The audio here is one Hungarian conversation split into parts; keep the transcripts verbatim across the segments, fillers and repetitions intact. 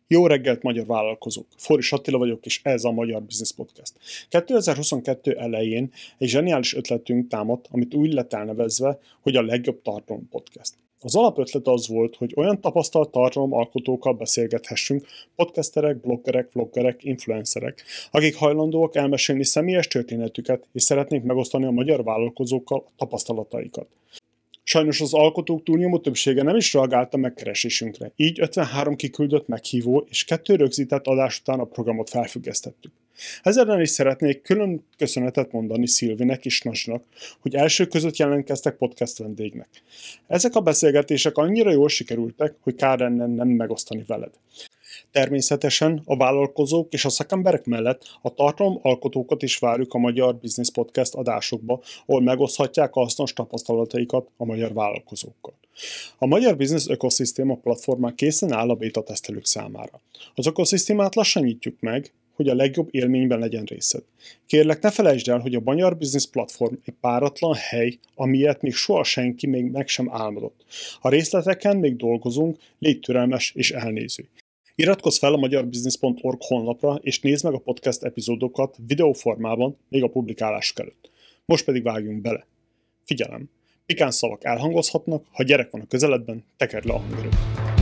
Jó reggelt, magyar vállalkozók! Forris Attila vagyok, és ez a Magyar Business Podcast. kétezer-huszonkettő elején egy zseniális ötletünk támadt, amit úgy lett elnevezve, hogy a legjobb tartalom podcast. Az alapötlet az volt, hogy olyan tapasztalt tartalomalkotókkal beszélgethessünk, podcasterek, bloggerek, vloggerek, influencerek, akik hajlandóak elmesélni személyes történetüket, és szeretnék megosztani a magyar vállalkozókkal a tapasztalataikat. Sajnos az alkotók túlnyomó többsége nem is reagálta megkeresésünkre, így ötvenhárom kiküldött meghívó és kettő rögzített adás után a programot felfüggesztettük. Ezzel is szeretnék külön köszönetet mondani Szilvinek és Nasinak, hogy első között jelentkeztek podcast vendégnek. Ezek a beszélgetések annyira jól sikerültek, hogy kár lenne nem megosztani veled. Természetesen a vállalkozók és a szakemberek mellett a tartalomalkotókat is várjuk a Magyar Business Podcast adásokba, ahol megoszthatják a hasznos tapasztalataikat a magyar vállalkozókkal. A Magyar Business Ökoszisztéma platformán készen áll a beta tesztelők számára. Az ökoszisztémát lassan nyitjuk meg, hogy a legjobb élményben legyen részed. Kérlek, ne felejtsd el, hogy a Magyar Business Platform egy páratlan hely, amilyet még soha senki még meg sem álmodott. A részleteken még dolgozunk, légy türelmes és elnéző. Iratkozz fel a magyarbusiness pont org honlapra, és nézd meg a podcast epizódokat videóformában még a publikálásuk előtt. Most pedig vágjunk bele. Figyelem! Pikáns szavak elhangozhatnak, ha gyerek van a közeledben, tekerd le a hangerőt.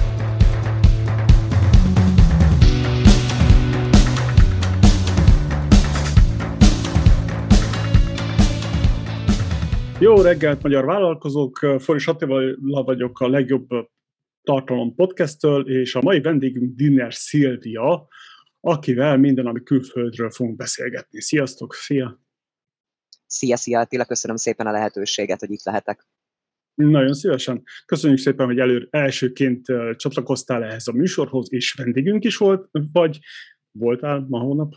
Jó reggelt, magyar vállalkozók! Forris Attila vagyok, a legjobb tartalom podcasttől, és a mai vendégünk Dinner Szilvia, akivel minden, ami külföldről fogunk beszélgetni. Sziasztok, szia! Szia, szia Attila, köszönöm szépen a lehetőséget, hogy itt lehetek. Nagyon szívesen. Köszönjük szépen, hogy elő, elsőként uh, csatlakoztál ehhez a műsorhoz, és vendégünk is volt, vagy voltál ma hónap.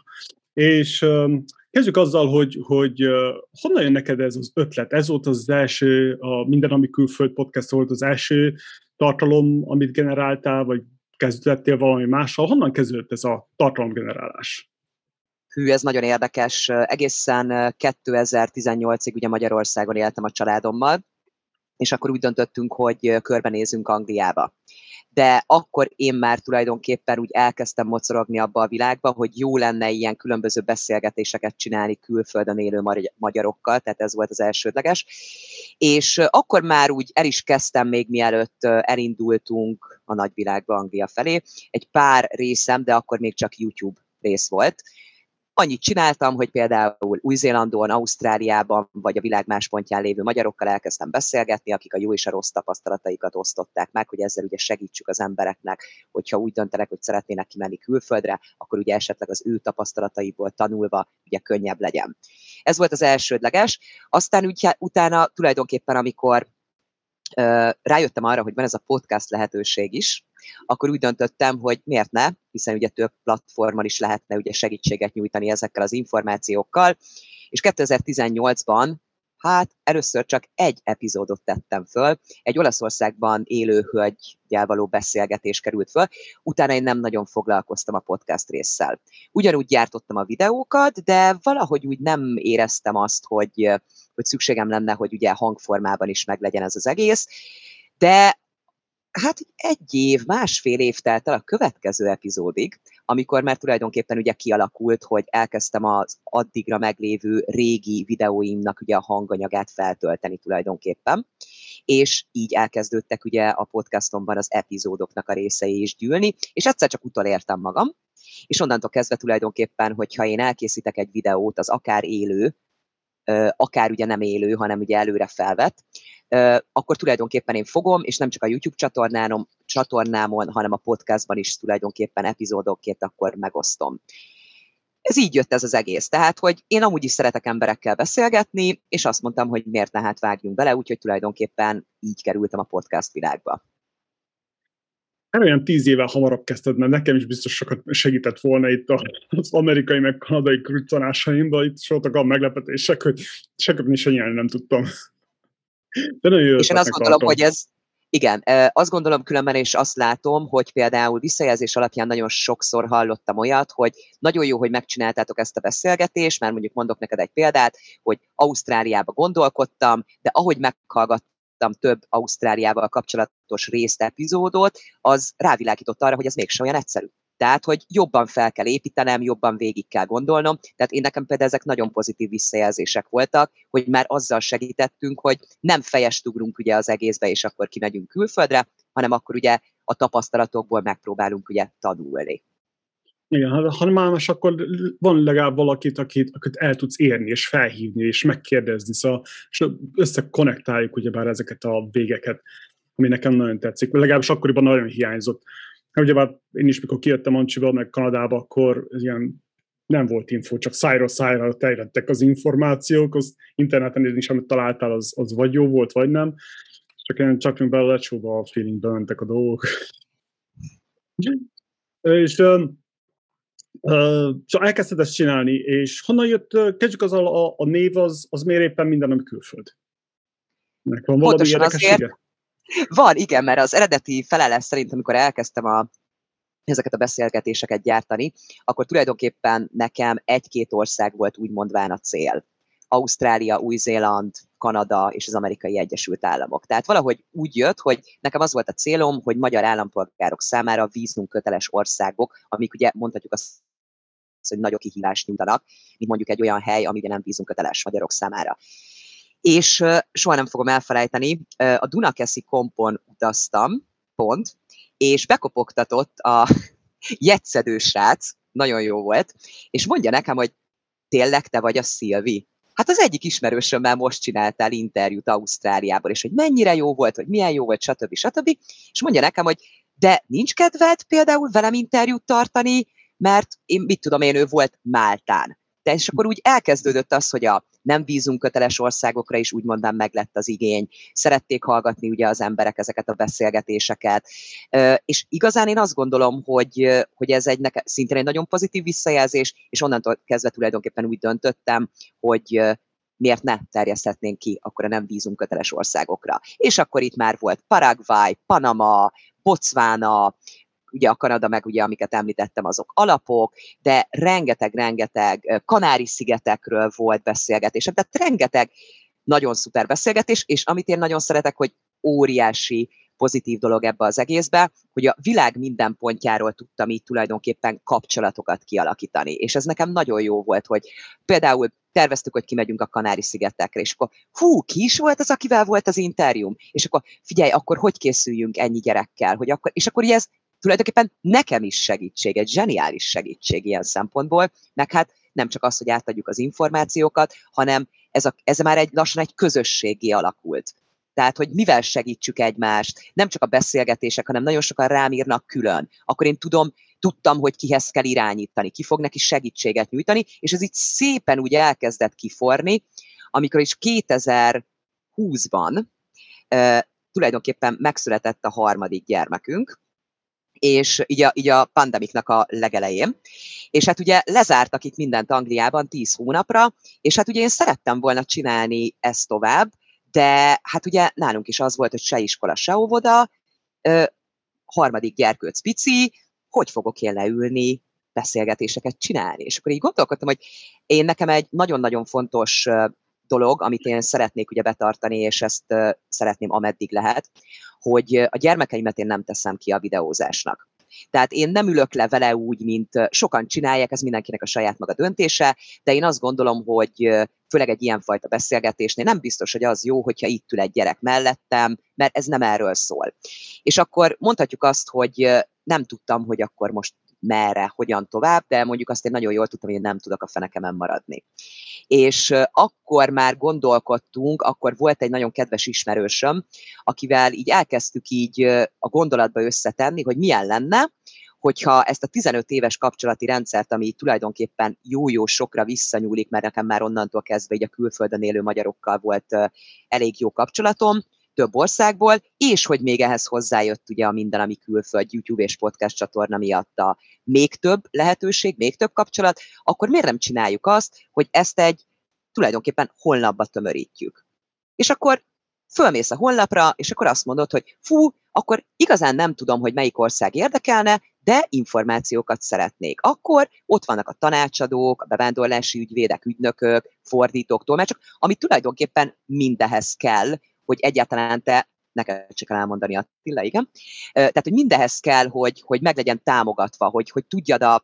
És um, kezdjük azzal, hogy, hogy uh, honnan jön neked ez az ötlet? Ez volt az első, a Minden, ami külföld podcast volt az első tartalom, amit generáltál, vagy kezdettél valami mással? Honnan kezdődött ez a tartalomgenerálás? Hű, ez nagyon érdekes. Egészen kétezer-tizennyolcig ugye Magyarországon éltem a családommal, és akkor úgy döntöttünk, hogy körbenézünk Angliába. De akkor én már tulajdonképpen úgy elkezdtem mocorogni abba a világba, hogy jó lenne ilyen különböző beszélgetéseket csinálni külföldön élő magyarokkal, tehát ez volt az elsődleges. És akkor már úgy el is kezdtem, még mielőtt elindultunk a nagyvilágba, Anglia felé. Egy pár részem, de akkor még csak YouTube rész volt. Annyit csináltam, hogy például Új-Zélandon, Ausztráliában, vagy a világ más pontján lévő magyarokkal elkezdtem beszélgetni, akik a jó és a rossz tapasztalataikat osztották meg, hogy ezzel ugye segítsük az embereknek, hogyha úgy döntenek, hogy szeretnének kimenni külföldre, akkor ugye esetleg az ő tapasztalataiból tanulva ugye könnyebb legyen. Ez volt az elsődleges. Aztán úgy, utána tulajdonképpen, amikor uh, rájöttem arra, hogy van ez a podcast lehetőség is, akkor úgy döntöttem, hogy miért ne, hiszen ugye több platformon is lehetne ugye segítséget nyújtani ezekkel az információkkal, és kétezer-tizennyolcban hát először csak egy epizódot tettem föl, egy Olaszországban élő hölggyel való beszélgetés került föl, utána én nem nagyon foglalkoztam a podcast résszel. Ugyanúgy gyártottam a videókat, de valahogy úgy nem éreztem azt, hogy, hogy szükségem lenne, hogy ugye hangformában is meglegyen ez az egész, de hát egy év, másfél év telt el a következő epizódig, amikor már tulajdonképpen ugye kialakult, hogy elkezdtem az addigra meglévő régi videóimnak ugye a hanganyagát feltölteni tulajdonképpen, és így elkezdődtek ugye a podcastomban az epizódoknak a részei is gyűlni, és egyszer csak utolértem magam, és onnantól kezdve tulajdonképpen, hogyha én elkészítek egy videót, az akár élő, akár ugye nem élő, hanem ugye előre felvett, Uh, akkor tulajdonképpen én fogom, és nem csak a YouTube csatornámon, csatornámon, hanem a podcastban is tulajdonképpen epizódokként akkor megosztom. Ez így jött ez az egész. Tehát, hogy én amúgy is szeretek emberekkel beszélgetni, és azt mondtam, hogy miért ne hát vágjunk bele, úgyhogy tulajdonképpen így kerültem a podcast világba. Olyan tíz évvel hamarabb kezdted, mert nekem is biztos sokat segített volna itt az amerikai meg kanadai kruccanásaimban, itt voltak a meglepetések, hogy seköpni se nyelni nem tudtam. És én azt gondolom, hogy ez, igen, azt gondolom különben, és azt látom, hogy például visszajelzés alapján nagyon sokszor hallottam olyat, hogy nagyon jó, hogy megcsináltátok ezt a beszélgetést, mert mondjuk mondok neked egy példát, hogy Ausztráliába gondolkodtam, de ahogy meghallgattam több Ausztráliával kapcsolatos részt, epizódot, az rávilágított arra, hogy ez mégsem olyan egyszerű. Tehát, hogy jobban fel kell építenem, jobban végig kell gondolnom. Tehát én nekem például ezek nagyon pozitív visszajelzések voltak, hogy már azzal segítettünk, hogy nem fejest ugrunk ugye az egészbe, és akkor kimegyünk külföldre, hanem akkor ugye a tapasztalatokból megpróbálunk ugye tanulni. Igen, hanem már most akkor van legalább valakit, akit, akit el tudsz érni, és felhívni, és megkérdezni, szóval és összekonnektáljuk ugyebár ezeket a végeket, ami nekem nagyon tetszik. Legalábbis akkoriban nagyon hiányzott. Ugyebár én is, mikor kijöttem Ancsival, meg Kanadába, akkor ilyen nem volt info, csak szájról szájra terjedtek az információk, az interneten is, amit találtál, az, az vagy jó volt, vagy nem. Csak én csak bele a lecsóba a feelingbe mentek a dolgok. És Uh, szóval elkezdted ezt csinálni, és honnan jött, uh, kezdjük az a, a név, az, az miért éppen minden, ami külföld? Nek van valami Pontosan érdekessége? Azért, van, igen, mert az eredeti felállás szerint, amikor elkezdtem a, ezeket a beszélgetéseket gyártani, akkor tulajdonképpen nekem egy-két ország volt úgymondván a cél. Ausztrália, Új-Zéland, Kanada és az Amerikai Egyesült Államok. Tehát valahogy úgy jött, hogy nekem az volt a célom, hogy magyar állampolgárok számára vízumköteles országok, amik ugye mondhatjuk azt, hogy nagyobb kihívást nyújtanak, mint mondjuk egy olyan hely, ami nem vízumköteles magyarok számára. És uh, soha nem fogom elfelejteni, uh, a Dunakeszi kompon utaztam, pont, és bekopogtatott a jegyszedő srác, nagyon jó volt, és mondja nekem, hogy tényleg te vagy a Szilvi? Hát az egyik ismerősömmel most csináltál interjút Ausztráliából, és hogy mennyire jó volt, hogy milyen jó volt, stb. stb. És mondja nekem, hogy de nincs kedved például velem interjút tartani, mert én mit tudom én, ő volt Máltán. De és akkor úgy elkezdődött az, hogy a nem vízumköteles országokra is úgymond meglett az igény. Szerették hallgatni ugye az emberek ezeket a beszélgetéseket. És igazán én azt gondolom, hogy, hogy ez egy neke, szintén egy nagyon pozitív visszajelzés, és onnantól kezdve tulajdonképpen úgy döntöttem, hogy miért ne terjeszthetnénk ki akkor a nem vízumköteles országokra. És akkor itt már volt Paraguay, Panama, Botswana, ugye a Kanada, meg ugye, amiket említettem, azok alapok, de rengeteg-rengeteg Kanári-szigetekről volt beszélgetés, tehát rengeteg nagyon szuper beszélgetés, és amit én nagyon szeretek, hogy óriási pozitív dolog ebbe az egészbe, hogy a világ minden pontjáról tudtam így tulajdonképpen kapcsolatokat kialakítani, és ez nekem nagyon jó volt, hogy például terveztük, hogy kimegyünk a Kanári-szigetekre, és akkor hú, ki is volt az, akivel volt az interjúm? És akkor figyelj, akkor hogy készüljünk ennyi gyerekkel? Hogy akkor, és akkor így ez tulajdonképpen nekem is segítség, egy zseniális segítség ilyen szempontból, meg hát nem csak az, hogy átadjuk az információkat, hanem ez, a, ez már egy, lassan egy közösségé alakult. Tehát, hogy mivel segítsük egymást, nem csak a beszélgetések, hanem nagyon sokan rám írnak külön. Akkor én tudom, tudtam, hogy kihez kell irányítani, ki fog neki segítséget nyújtani, és ez így szépen úgy elkezdett kiforni, amikor is kétezer-húszban uh, tulajdonképpen megszületett a harmadik gyermekünk, és így a, így a pandemiknak a legelején. És hát ugye lezártak itt mindent Angliában tíz hónapra, és hát ugye én szerettem volna csinálni ezt tovább, de hát ugye nálunk is az volt, hogy se iskola, se óvoda, ö, harmadik gyerkőc pici, hogy fogok én leülni, beszélgetéseket csinálni. És akkor így gondolkodtam, hogy én nekem egy nagyon-nagyon fontos dolog, amit én szeretnék ugye betartani, és ezt uh, szeretném ameddig lehet, hogy a gyermekeimet én nem teszem ki a videózásnak. Tehát én nem ülök le vele úgy, mint sokan csinálják, ez mindenkinek a saját maga döntése, de én azt gondolom, hogy főleg egy ilyenfajta beszélgetésnél nem biztos, hogy az jó, hogyha itt ül egy gyerek mellettem, mert ez nem erről szól. És akkor mondhatjuk azt, hogy nem tudtam, hogy akkor most merre, hogyan tovább, de mondjuk azt én nagyon jól tudtam, hogy én nem tudok a fenekemen maradni. És akkor már gondolkodtunk, akkor volt egy nagyon kedves ismerősöm, akivel így elkezdtük így a gondolatba összetenni, hogy milyen lenne, hogyha ezt a tizenöt éves kapcsolati rendszert, ami tulajdonképpen jó-jó sokra visszanyúlik, mert nekem már onnantól kezdve így a külföldön élő magyarokkal volt elég jó kapcsolatom, több országból, és hogy még ehhez hozzájött ugye a Minden, ami külföld YouTube és podcast csatorna miatt a még több lehetőség, még több kapcsolat, akkor miért nem csináljuk azt, hogy ezt egy tulajdonképpen honlapba tömörítjük. És akkor fölmész a honlapra, és akkor azt mondod, hogy fú, akkor igazán nem tudom, hogy melyik ország érdekelne, de információkat szeretnék. Akkor ott vannak a tanácsadók, a bevándorlási ügyvédek, ügynökök, fordítók, tolmácsok, ami tulajdonképpen mindehhez kell, hogy egyáltalán te neked csak kell elmondani, Attila, igen. Tehát, hogy mindehez kell, hogy, hogy meg legyen támogatva, hogy, hogy tudjad a,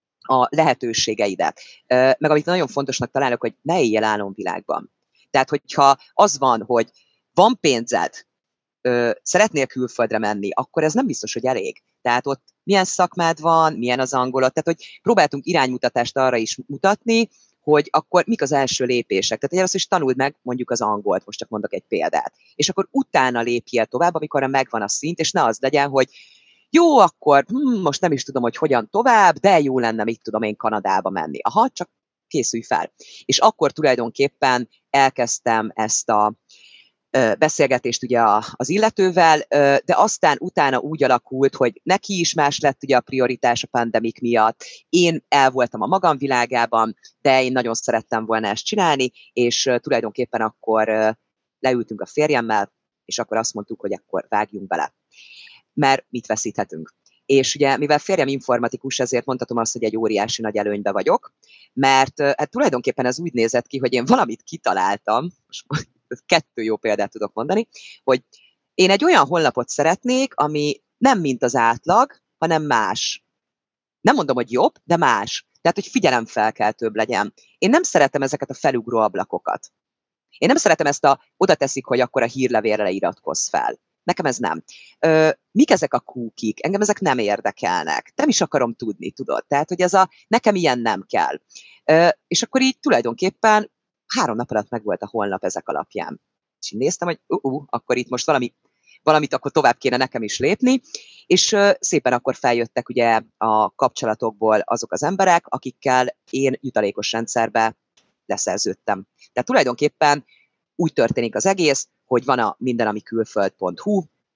a lehetőségeidet. Meg amit nagyon fontosnak találok, hogy ne éljél álomvilágban. Tehát, hogyha az van, hogy van pénzed, szeretnél külföldre menni, akkor ez nem biztos, hogy elég. Tehát ott milyen szakmád van, milyen az angolod, tehát hogy próbáltunk iránymutatást arra is mutatni, hogy akkor mik az első lépések. Tehát először is tanuld meg mondjuk az angolt, most csak mondok egy példát. És akkor utána lépjél tovább, amikor megvan a szint, és ne az legyen, hogy jó, akkor hm, most nem is tudom, hogy hogyan tovább, de jó lenne, mit tudom én, Kanadába menni. Aha, csak készülj fel. És akkor tulajdonképpen elkezdtem ezt a beszélgetést ugye az illetővel, de aztán utána úgy alakult, hogy neki is más lett ugye a prioritás a pandemik miatt. Én el voltam a magam világában, de én nagyon szerettem volna ezt csinálni, és tulajdonképpen akkor leültünk a férjemmel, és akkor azt mondtuk, hogy akkor vágjunk bele. Mert mit veszíthetünk? És ugye, mivel férjem informatikus, ezért mondhatom azt, hogy egy óriási nagy előnybe vagyok, mert hát tulajdonképpen ez úgy nézett ki, hogy én valamit kitaláltam, most kettő jó példát tudok mondani, hogy én egy olyan honlapot szeretnék, ami nem mint az átlag, hanem más. Nem mondom, hogy jobb, de más. Tehát, hogy figyelemfelkeltőbb legyen. Én nem szeretem ezeket a felugró ablakokat. Én nem szeretem ezt a, oda teszik, hogy akkor a hírlevélre iratkozz fel. Nekem ez nem. Ö, mik ezek a kúkik? Engem ezek nem érdekelnek. Nem is akarom tudni, tudod? Tehát, hogy ez a, nekem ilyen nem kell. Ö, és akkor így tulajdonképpen három nap alatt megvolt a honlap ezek alapján. És én néztem, hogy uh, uh, akkor itt most valami, valamit akkor tovább kéne nekem is lépni, és uh, szépen akkor feljöttek ugye a kapcsolatokból azok az emberek, akikkel én jutalékos rendszerbe leszerződtem. Tehát tulajdonképpen úgy történik az egész, hogy van a mindenamikülföld pont hu,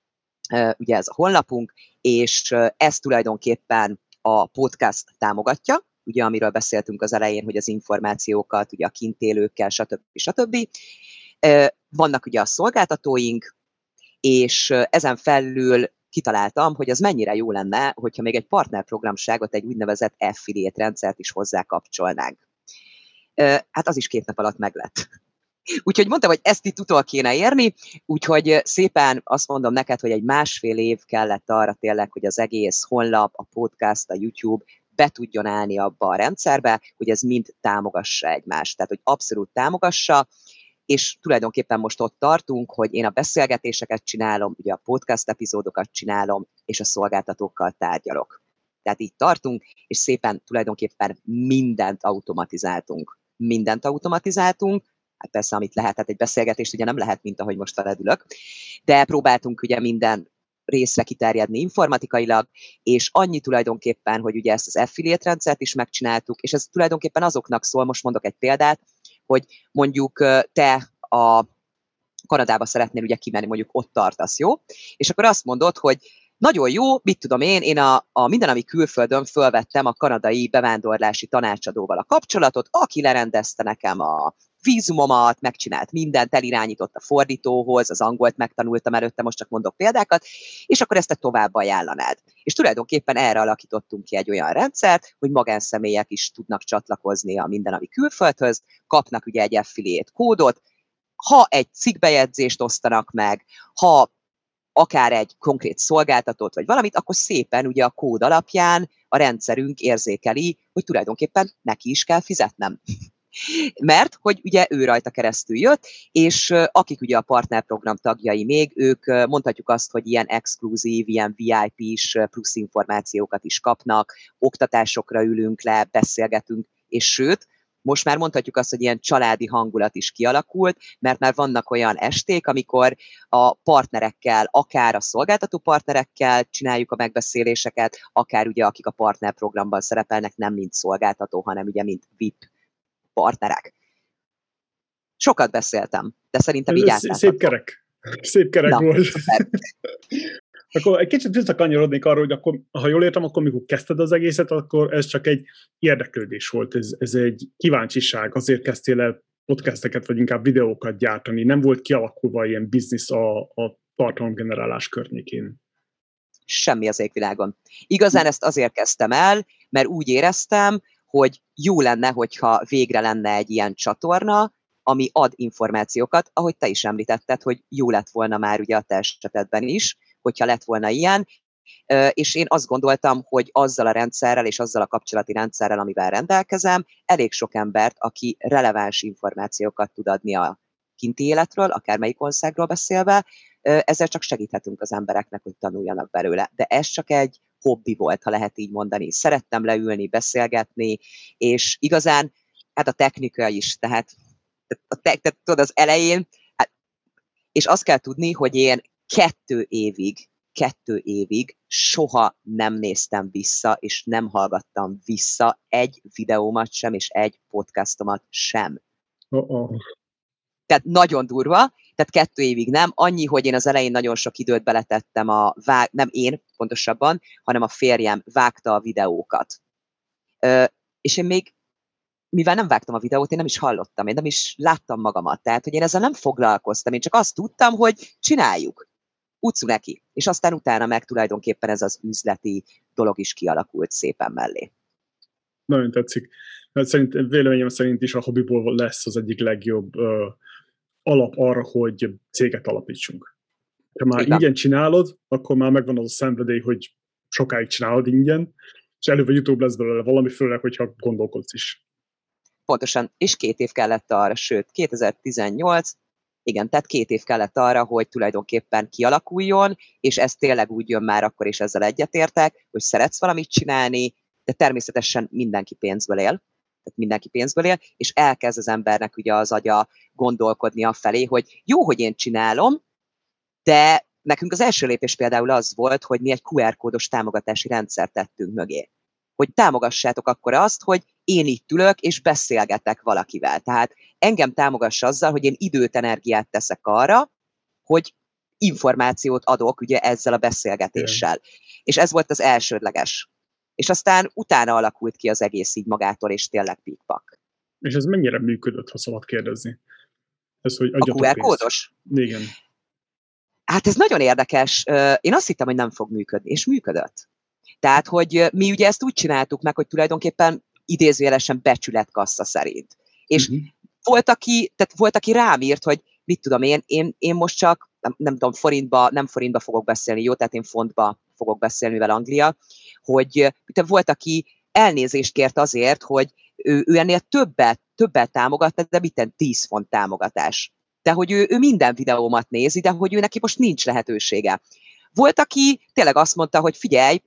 uh, ugye ez a honlapunk, és uh, ez tulajdonképpen a podcast támogatja, ugye, amiről beszéltünk az elején, hogy az információkat, ugye a kintélőkkel, stb. stb. Vannak ugye a szolgáltatóink, és ezen felül kitaláltam, hogy az mennyire jó lenne, hogyha még egy partnerprogramságot, egy úgynevezett affiliate rendszert is hozzá kapcsolnánk. Hát az is két nap alatt meglett. Úgyhogy mondtam, hogy ezt itt utol kéne érni, úgyhogy szépen azt mondom neked, hogy egy másfél év kellett arra tényleg, hogy az egész honlap, a podcast, a YouTube be tudjon állni abba a rendszerbe, hogy ez mind támogassa egymást. Tehát, hogy abszolút támogassa, és tulajdonképpen most ott tartunk, hogy én a beszélgetéseket csinálom, ugye a podcast epizódokat csinálom, és a szolgáltatókkal tárgyalok. Tehát így tartunk, és szépen tulajdonképpen mindent automatizáltunk. Mindent automatizáltunk, hát persze, amit lehet, hát egy beszélgetést ugye nem lehet, mint ahogy most veled ülök, de próbáltunk ugye minden részre kiterjedni informatikailag, és annyi tulajdonképpen, hogy ugye ezt az affiliate rendszert is megcsináltuk, és ez tulajdonképpen azoknak szól, most mondok egy példát, hogy mondjuk te a Kanadába szeretnél ugye kimenni, mondjuk ott tartasz, jó? És akkor azt mondod, hogy nagyon jó, mit tudom én, én a, a mindenami külföldön fölvettem a kanadai bevándorlási tanácsadóval a kapcsolatot, aki lerendezte nekem a vízumomat, megcsinált mindent, elirányított a fordítóhoz, az angolt megtanultam előtte, most csak mondok példákat, és akkor ezt te tovább ajánlanád. És tulajdonképpen erre alakítottunk ki egy olyan rendszert, hogy magánszemélyek is tudnak csatlakozni a mindenami külföldhöz, kapnak ugye egy affiliate kódot, ha egy cikkbejegyzést osztanak meg, ha akár egy konkrét szolgáltatót, vagy valamit, akkor szépen ugye a kód alapján a rendszerünk érzékeli, hogy tulajdonképpen neki is kell fizetnem. Mert, hogy ugye ő rajta keresztül jött, és akik ugye a partnerprogram tagjai még, ők mondhatjuk azt, hogy ilyen exkluzív, ilyen vé i pés plusz információkat is kapnak, oktatásokra ülünk le, beszélgetünk, és sőt, most már mondhatjuk azt, hogy ilyen családi hangulat is kialakult, mert már vannak olyan esték, amikor a partnerekkel, akár a szolgáltató partnerekkel csináljuk a megbeszéléseket, akár ugye akik a partnerprogramban szerepelnek, nem mint szolgáltató, hanem ugye mint vé i pé partnerek. Sokat beszéltem, de szerintem így átlátható. Szép kerek. Szép kerek Na, volt. Akkor egy kicsit visszakanyarodnék arra, hogy akkor, ha jól értem, akkor mikor kezdted az egészet, akkor ez csak egy érdeklődés volt, ez, ez egy kíváncsiság, azért kezdtél el podcasteket, vagy inkább videókat gyártani, nem volt kialakulva ilyen biznisz a, a tartalomgenerálás környékén. Semmi az égvilágon. Igazán ezt azért kezdtem el, mert úgy éreztem, hogy jó lenne, hogyha végre lenne egy ilyen csatorna, ami ad információkat, ahogy te is említetted, hogy jó lett volna már ugye a te esetedben is, hogyha lett volna ilyen, és én azt gondoltam, hogy azzal a rendszerrel és azzal a kapcsolati rendszerrel, amivel rendelkezem, elég sok embert, aki releváns információkat tud adni a kinti életről, akármelyik országról beszélve, ezzel csak segíthetünk az embereknek, hogy tanuljanak belőle. De ez csak egy hobbi volt, ha lehet így mondani. Szerettem leülni, beszélgetni, és igazán, hát a technika is, tehát, a te, tehát tudod, az elején, hát, és azt kell tudni, hogy én kettő évig, kettő évig soha nem néztem vissza, és nem hallgattam vissza egy videómat sem, és egy podcastomat sem. Uh-oh. Tehát nagyon durva, tehát kettő évig nem, annyi, hogy én az elején nagyon sok időt beletettem a vág, nem én pontosabban, hanem a férjem vágta a videókat. Ö, és én még, mivel nem vágtam a videót, én nem is hallottam, én nem is láttam magamat, tehát, hogy én ezzel nem foglalkoztam, én csak azt tudtam, hogy csináljuk, utcú neki, és aztán utána meg tulajdonképpen ez az üzleti dolog is kialakult szépen mellé. Nagyon tetszik. Mert szerint, véleményem szerint is a hobbiból lesz az egyik legjobb uh, alap arra, hogy céget alapítsunk. Ha már Igen. ingyen csinálod, akkor már megvan az a szenvedély, hogy sokáig csinálod ingyen, és előbb vagy utóbb lesz belőle valami, főleg, hogyha gondolkodsz is. Pontosan, és két év kellett arra, sőt, kétezer-tizennyolc, igen, tehát két év kellett arra, hogy tulajdonképpen kialakuljon, és ez tényleg úgy jön már akkor, és ezzel egyetértek, hogy szeretsz valamit csinálni, de természetesen mindenki pénzből él, tehát mindenki pénzből él, és elkezd az embernek ugye az agya gondolkodni afelé, hogy jó, hogy én csinálom, de nekünk az első lépés például az volt, hogy mi egy kú er kódos támogatási rendszert tettünk mögé. Hogy támogassátok akkor azt, hogy én itt ülök és beszélgetek valakivel. Tehát engem támogass azzal, hogy én időt, energiát teszek arra, hogy információt adok ugye ezzel a beszélgetéssel. Igen. És ez volt az elsődleges. És aztán utána alakult ki az egész így magától, és tényleg pikpak. És ez mennyire működött, ha szabad kérdezni? Ez, hogy a kú er kódos? Igen. Hát ez nagyon érdekes. Én azt hittem, hogy nem fog működni, és működött. Tehát, hogy mi ugye ezt úgy csináltuk meg, hogy tulajdonképpen idézőjelesen becsületkassa szerint. És uh-huh. volt, aki, tehát volt, aki rám írt, hogy mit tudom én, én, én most csak, nem, nem tudom, forintba, nem forintba fogok beszélni, jó, tehát én fontba fogok beszélni, mivel Anglia, hogy volt, aki elnézést kért azért, hogy ő, ő ennél többet, többet támogat, de mitten tíz font támogatás. De hogy ő, ő minden videómat nézi, de hogy ő neki most nincs lehetősége. Volt, aki tényleg azt mondta, hogy figyelj,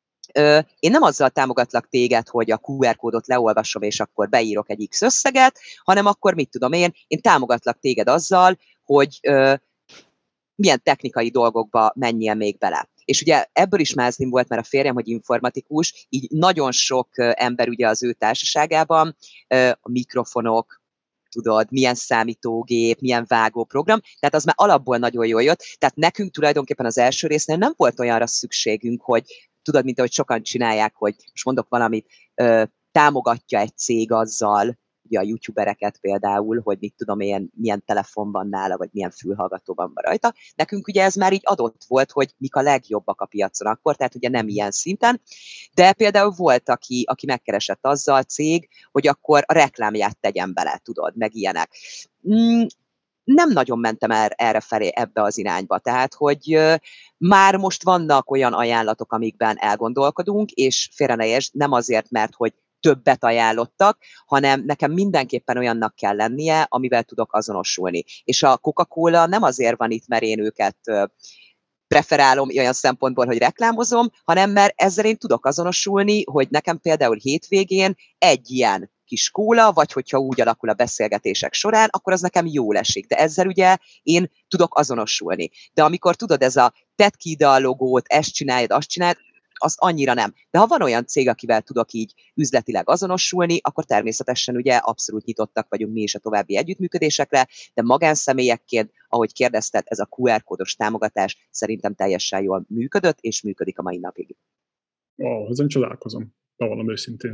én nem azzal támogatlak téged, hogy a kú er kódot leolvasom, és akkor beírok egy X összeget, hanem akkor mit tudom én, én támogatlak téged azzal, hogy ö, milyen technikai dolgokba menjél még bele. És ugye ebből is mázlim volt, mert a férjem, hogy informatikus, így nagyon sok ember ugye az ő társaságában, a mikrofonok, tudod, milyen számítógép, milyen vágóprogram, tehát az már alapból nagyon jól jött. Tehát nekünk tulajdonképpen az első résznél nem volt olyanra szükségünk, hogy tudod, mint ahogy sokan csinálják, hogy most mondok valamit, ö, támogatja egy cég azzal, ugye a youtubereket például, hogy mit tudom én, milyen telefon van nála, vagy milyen fülhallgatóban van rajta. Nekünk ugye ez már így adott volt, hogy mik a legjobbak a piacon akkor, tehát ugye nem ilyen szinten, de például volt, aki, aki megkeresett azzal cég, hogy akkor a reklámját tegyen bele, tudod, meg ilyenek. Mm, nem nagyon mentem el erre felé ebbe az irányba, tehát, hogy uh, már most vannak olyan ajánlatok, amikben elgondolkodunk, és félre ne értsd, nem azért, mert hogy többet ajánlottak, hanem nekem mindenképpen olyannak kell lennie, amivel tudok azonosulni. És a Coca-Cola nem azért van itt, mert én őket uh, preferálom olyan szempontból, hogy reklámozom, hanem mert ezzel én tudok azonosulni, hogy nekem például hétvégén egy ilyen kis kóla, vagy hogyha úgy alakul a beszélgetések során, akkor az nekem jól esik. De ezzel ugye én tudok azonosulni. De amikor tudod, ez a tedd ki ide a logót, ezt csináljad, azt csináljad, az annyira nem. De ha van olyan cég, akivel tudok így üzletileg azonosulni, akkor természetesen ugye abszolút nyitottak vagyunk mi is a további együttműködésekre, de magánszemélyekként, ahogy kérdezted, ez a kú er kódos támogatás szerintem teljesen jól működött, és működik a mai napig. Ó, oh, ezen csodálkozom, bevallom őszintén.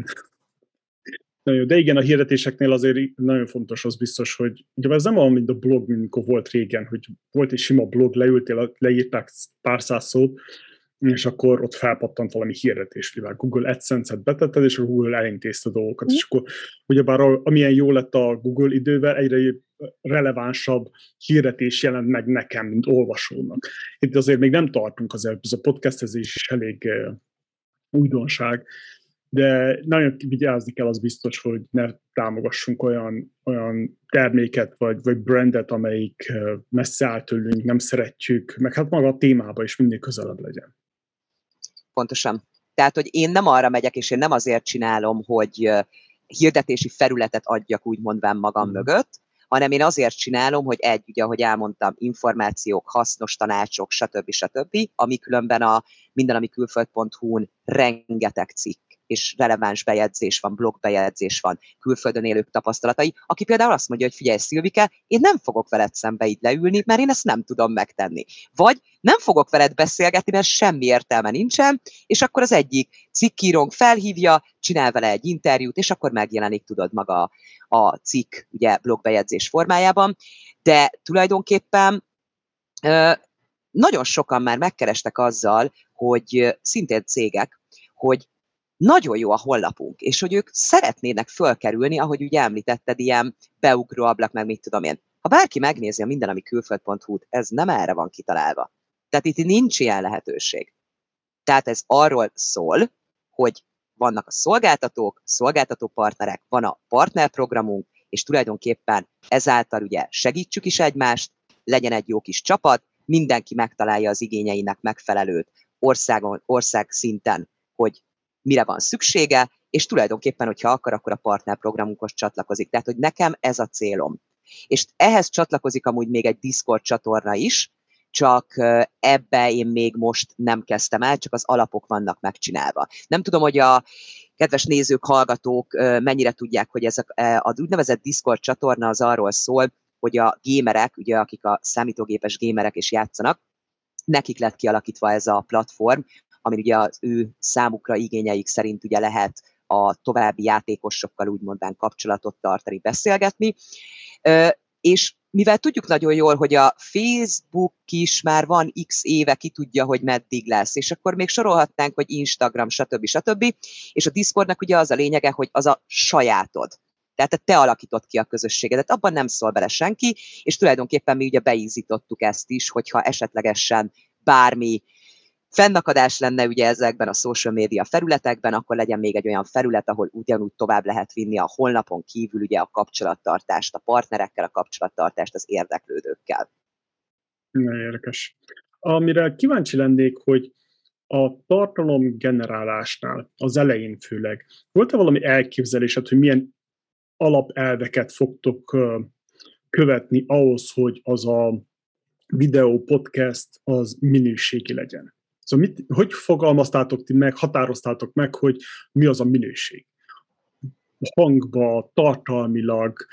De igen, a hirdetéseknél azért nagyon fontos, az biztos, hogy ugye ez nem olyan, mint a blog, mint amikor volt régen, hogy volt egy sima blog, leültél, leírták pár száz szót, és akkor ott felpattant valami hirdetésvilág. Google AdSense-et betetted, és a Google elintézte a dolgokat. Mm. És akkor ugyebár amilyen jó lett a Google idővel, egyre relevánsabb hirdetés jelent meg nekem, mint olvasónak. Itt azért még nem tartunk, azért ez a podcastezés is elég uh, újdonság, de nagyon vigyázni kell, az biztos, hogy ne támogassunk olyan, olyan terméket, vagy, vagy brandet, amelyik messze áll tőlünk, nem szeretjük, meg hát maga a témába is minél közelebb legyen. Pontosan. Tehát, hogy én nem arra megyek, és én nem azért csinálom, hogy hirdetési felületet adjak úgy mondván magam mm. mögött, hanem én azért csinálom, hogy egy, ugye, ahogy elmondtam, információk, hasznos tanácsok, stb. stb., ami különben a mindenamikülföld pont hu-n rengeteg cikk és releváns bejegyzés van, blogbejegyzés van, külföldön élők tapasztalatai, aki például azt mondja, hogy figyelj Szilvike, én nem fogok veled szembe így leülni, mert én ezt nem tudom megtenni. Vagy nem fogok veled beszélgetni, mert semmi értelme nincsen, és akkor az egyik cikkírónk felhívja, csinál vele egy interjút, és akkor megjelenik, tudod, maga a cikk, ugye, blogbejegyzés formájában. De tulajdonképpen nagyon sokan már megkerestek azzal, hogy szintén cégek, hogy nagyon jó a honlapunk, és hogy ők szeretnének fölkerülni, ahogy ugye említetted, ilyen beugró ablak, meg mit tudom én. Ha bárki megnézi a mindenamikülföld pont hu-t, ez nem erre van kitalálva. Tehát itt nincs ilyen lehetőség. Tehát ez arról szól, hogy vannak a szolgáltatók, szolgáltató partnerek, van a partnerprogramunk, és tulajdonképpen ezáltal ugye segítsük is egymást, legyen egy jó kis csapat, mindenki megtalálja az igényeinek megfelelőt országon, ország szinten, hogy mire van szüksége, és tulajdonképpen, hogyha akar, akkor a partnerprogramunkhoz csatlakozik. Tehát, hogy nekem ez a célom. És ehhez csatlakozik amúgy még egy Discord csatorna is, csak ebbe én még most nem kezdtem el, csak az alapok vannak megcsinálva. Nem tudom, hogy a kedves nézők, hallgatók mennyire tudják, hogy ez a, az úgynevezett Discord csatorna az arról szól, hogy a gémerek, ugye akik a számítógépes gémerek és játszanak, nekik lett kialakítva ez a platform, ami ugye az ő számukra igényeik szerint ugye lehet a további játékosokkal úgymondán kapcsolatot tartani, beszélgetni. És mivel tudjuk nagyon jól, hogy a Facebook is már van x éve, ki tudja, hogy meddig lesz, és akkor még sorolhatnánk, hogy Instagram, stb. stb. És a Discordnak ugye az a lényege, hogy az a sajátod. Tehát te alakított ki a közösségedet, abban nem szól bele senki, és tulajdonképpen mi ugye beízítottuk ezt is, hogyha esetlegesen bármi fennakadás lenne ugye ezekben a social media felületekben, akkor legyen még egy olyan felület, ahol ugyanúgy tovább lehet vinni a honlapon kívül ugye a kapcsolattartást, a partnerekkel, a kapcsolattartást az érdeklődőkkel. Nagyon érdekes. Amire kíváncsi lennék, hogy a tartalom generálásnál, az elején főleg, volt-e valami elképzelésed, hogy milyen alapelveket fogtok követni ahhoz, hogy az a videó, podcast az minőségi legyen? Szóval mit, hogy fogalmaztátok ti meg, határoztátok meg, hogy mi az a minőség? Hangba, tartalmilag,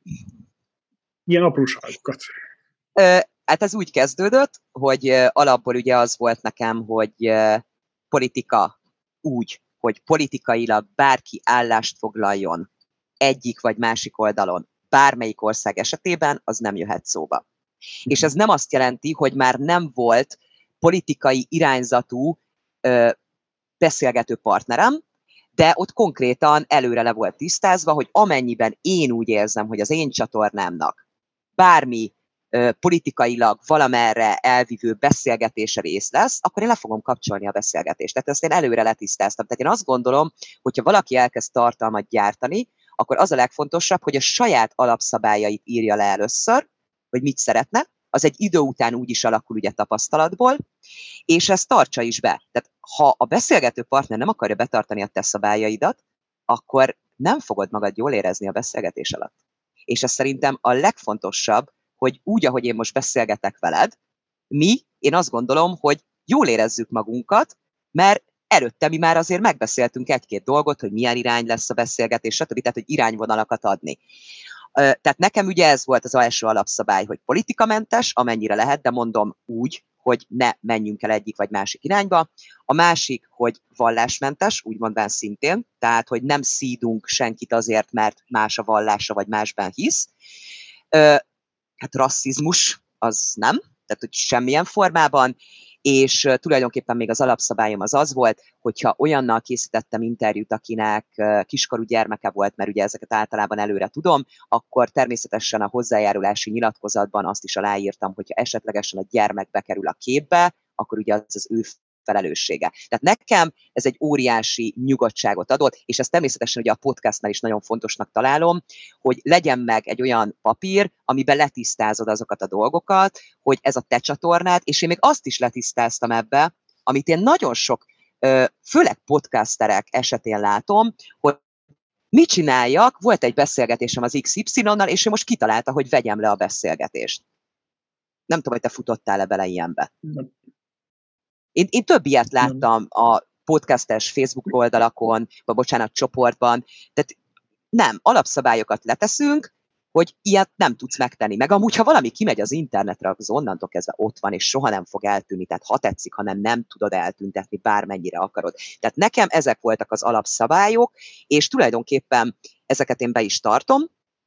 ilyen apróságokat. Hát ez úgy kezdődött, hogy alapból ugye az volt nekem, hogy politika úgy, hogy politikailag bárki állást foglaljon egyik vagy másik oldalon, bármelyik ország esetében, az nem jöhet szóba. Mm. És ez nem azt jelenti, hogy már nem volt politikai irányzatú ö, beszélgető partnerem, de ott konkrétan előre le volt tisztázva, hogy amennyiben én úgy érzem, hogy az én csatornámnak bármi ö, politikailag valamerre elvívő beszélgetése rész lesz, akkor én le fogom kapcsolni a beszélgetést. Tehát ezt én előre letisztáztam. Tehát én azt gondolom, hogyha valaki elkezd tartalmat gyártani, akkor az a legfontosabb, hogy a saját alapszabályait írja le először, hogy mit szeretne, az egy idő után úgy is alakul ugye tapasztalatból, és ezt tartsa is be. Tehát ha a beszélgető partner nem akarja betartani a te szabályaidat, akkor nem fogod magad jól érezni a beszélgetés alatt. És ez szerintem a legfontosabb, hogy úgy, ahogy én most beszélgetek veled, mi, én azt gondolom, hogy jól érezzük magunkat, mert előtte mi már azért megbeszéltünk egy-két dolgot, hogy milyen irány lesz a beszélgetés, stb. Tehát, hogy irányvonalakat adni. Tehát nekem ugye ez volt az első alapszabály, hogy politikamentes, amennyire lehet, de mondom úgy, hogy ne menjünk el egyik vagy másik irányba. A másik, hogy vallásmentes, úgy mondván szintén, tehát, hogy nem szídunk senkit azért, mert más a vallása, vagy másban hisz. Hát rasszizmus, az nem, tehát, hogy semmilyen formában, és uh, tulajdonképpen még az alapszabályom az az volt, hogyha olyannal készítettem interjút, akinek uh, kiskorú gyermeke volt, mert ugye ezeket általában előre tudom, akkor természetesen a hozzájárulási nyilatkozatban azt is aláírtam, hogyha esetlegesen a gyermek bekerül a képbe, akkor ugye az az ő felelőssége. Tehát nekem ez egy óriási nyugodtságot adott, és ezt természetesen ugye a podcastnál is nagyon fontosnak találom, hogy legyen meg egy olyan papír, amiben letisztázod azokat a dolgokat, hogy ez a te csatornád, és én még azt is letisztáztam ebbe, amit én nagyon sok, főleg podcasterek esetén látom, hogy mit csináljak, volt egy beszélgetésem az iksz ipszilonnal, és ő most kitalálta, hogy vegyem le a beszélgetést. Nem tudom, hogy te futottál-e bele ilyenbe. Nem. Én, én több ilyet láttam a podcastes Facebook oldalakon, vagy bocsánat, csoportban. Tehát nem, alapszabályokat leteszünk, hogy ilyet nem tudsz megtenni. Meg amúgy, ha valami kimegy az internetre, az onnantól kezdve ott van, és soha nem fog eltűnni. Tehát ha tetszik, hanem nem tudod eltüntetni, bármennyire akarod. Tehát nekem ezek voltak az alapszabályok, és tulajdonképpen ezeket én be is tartom,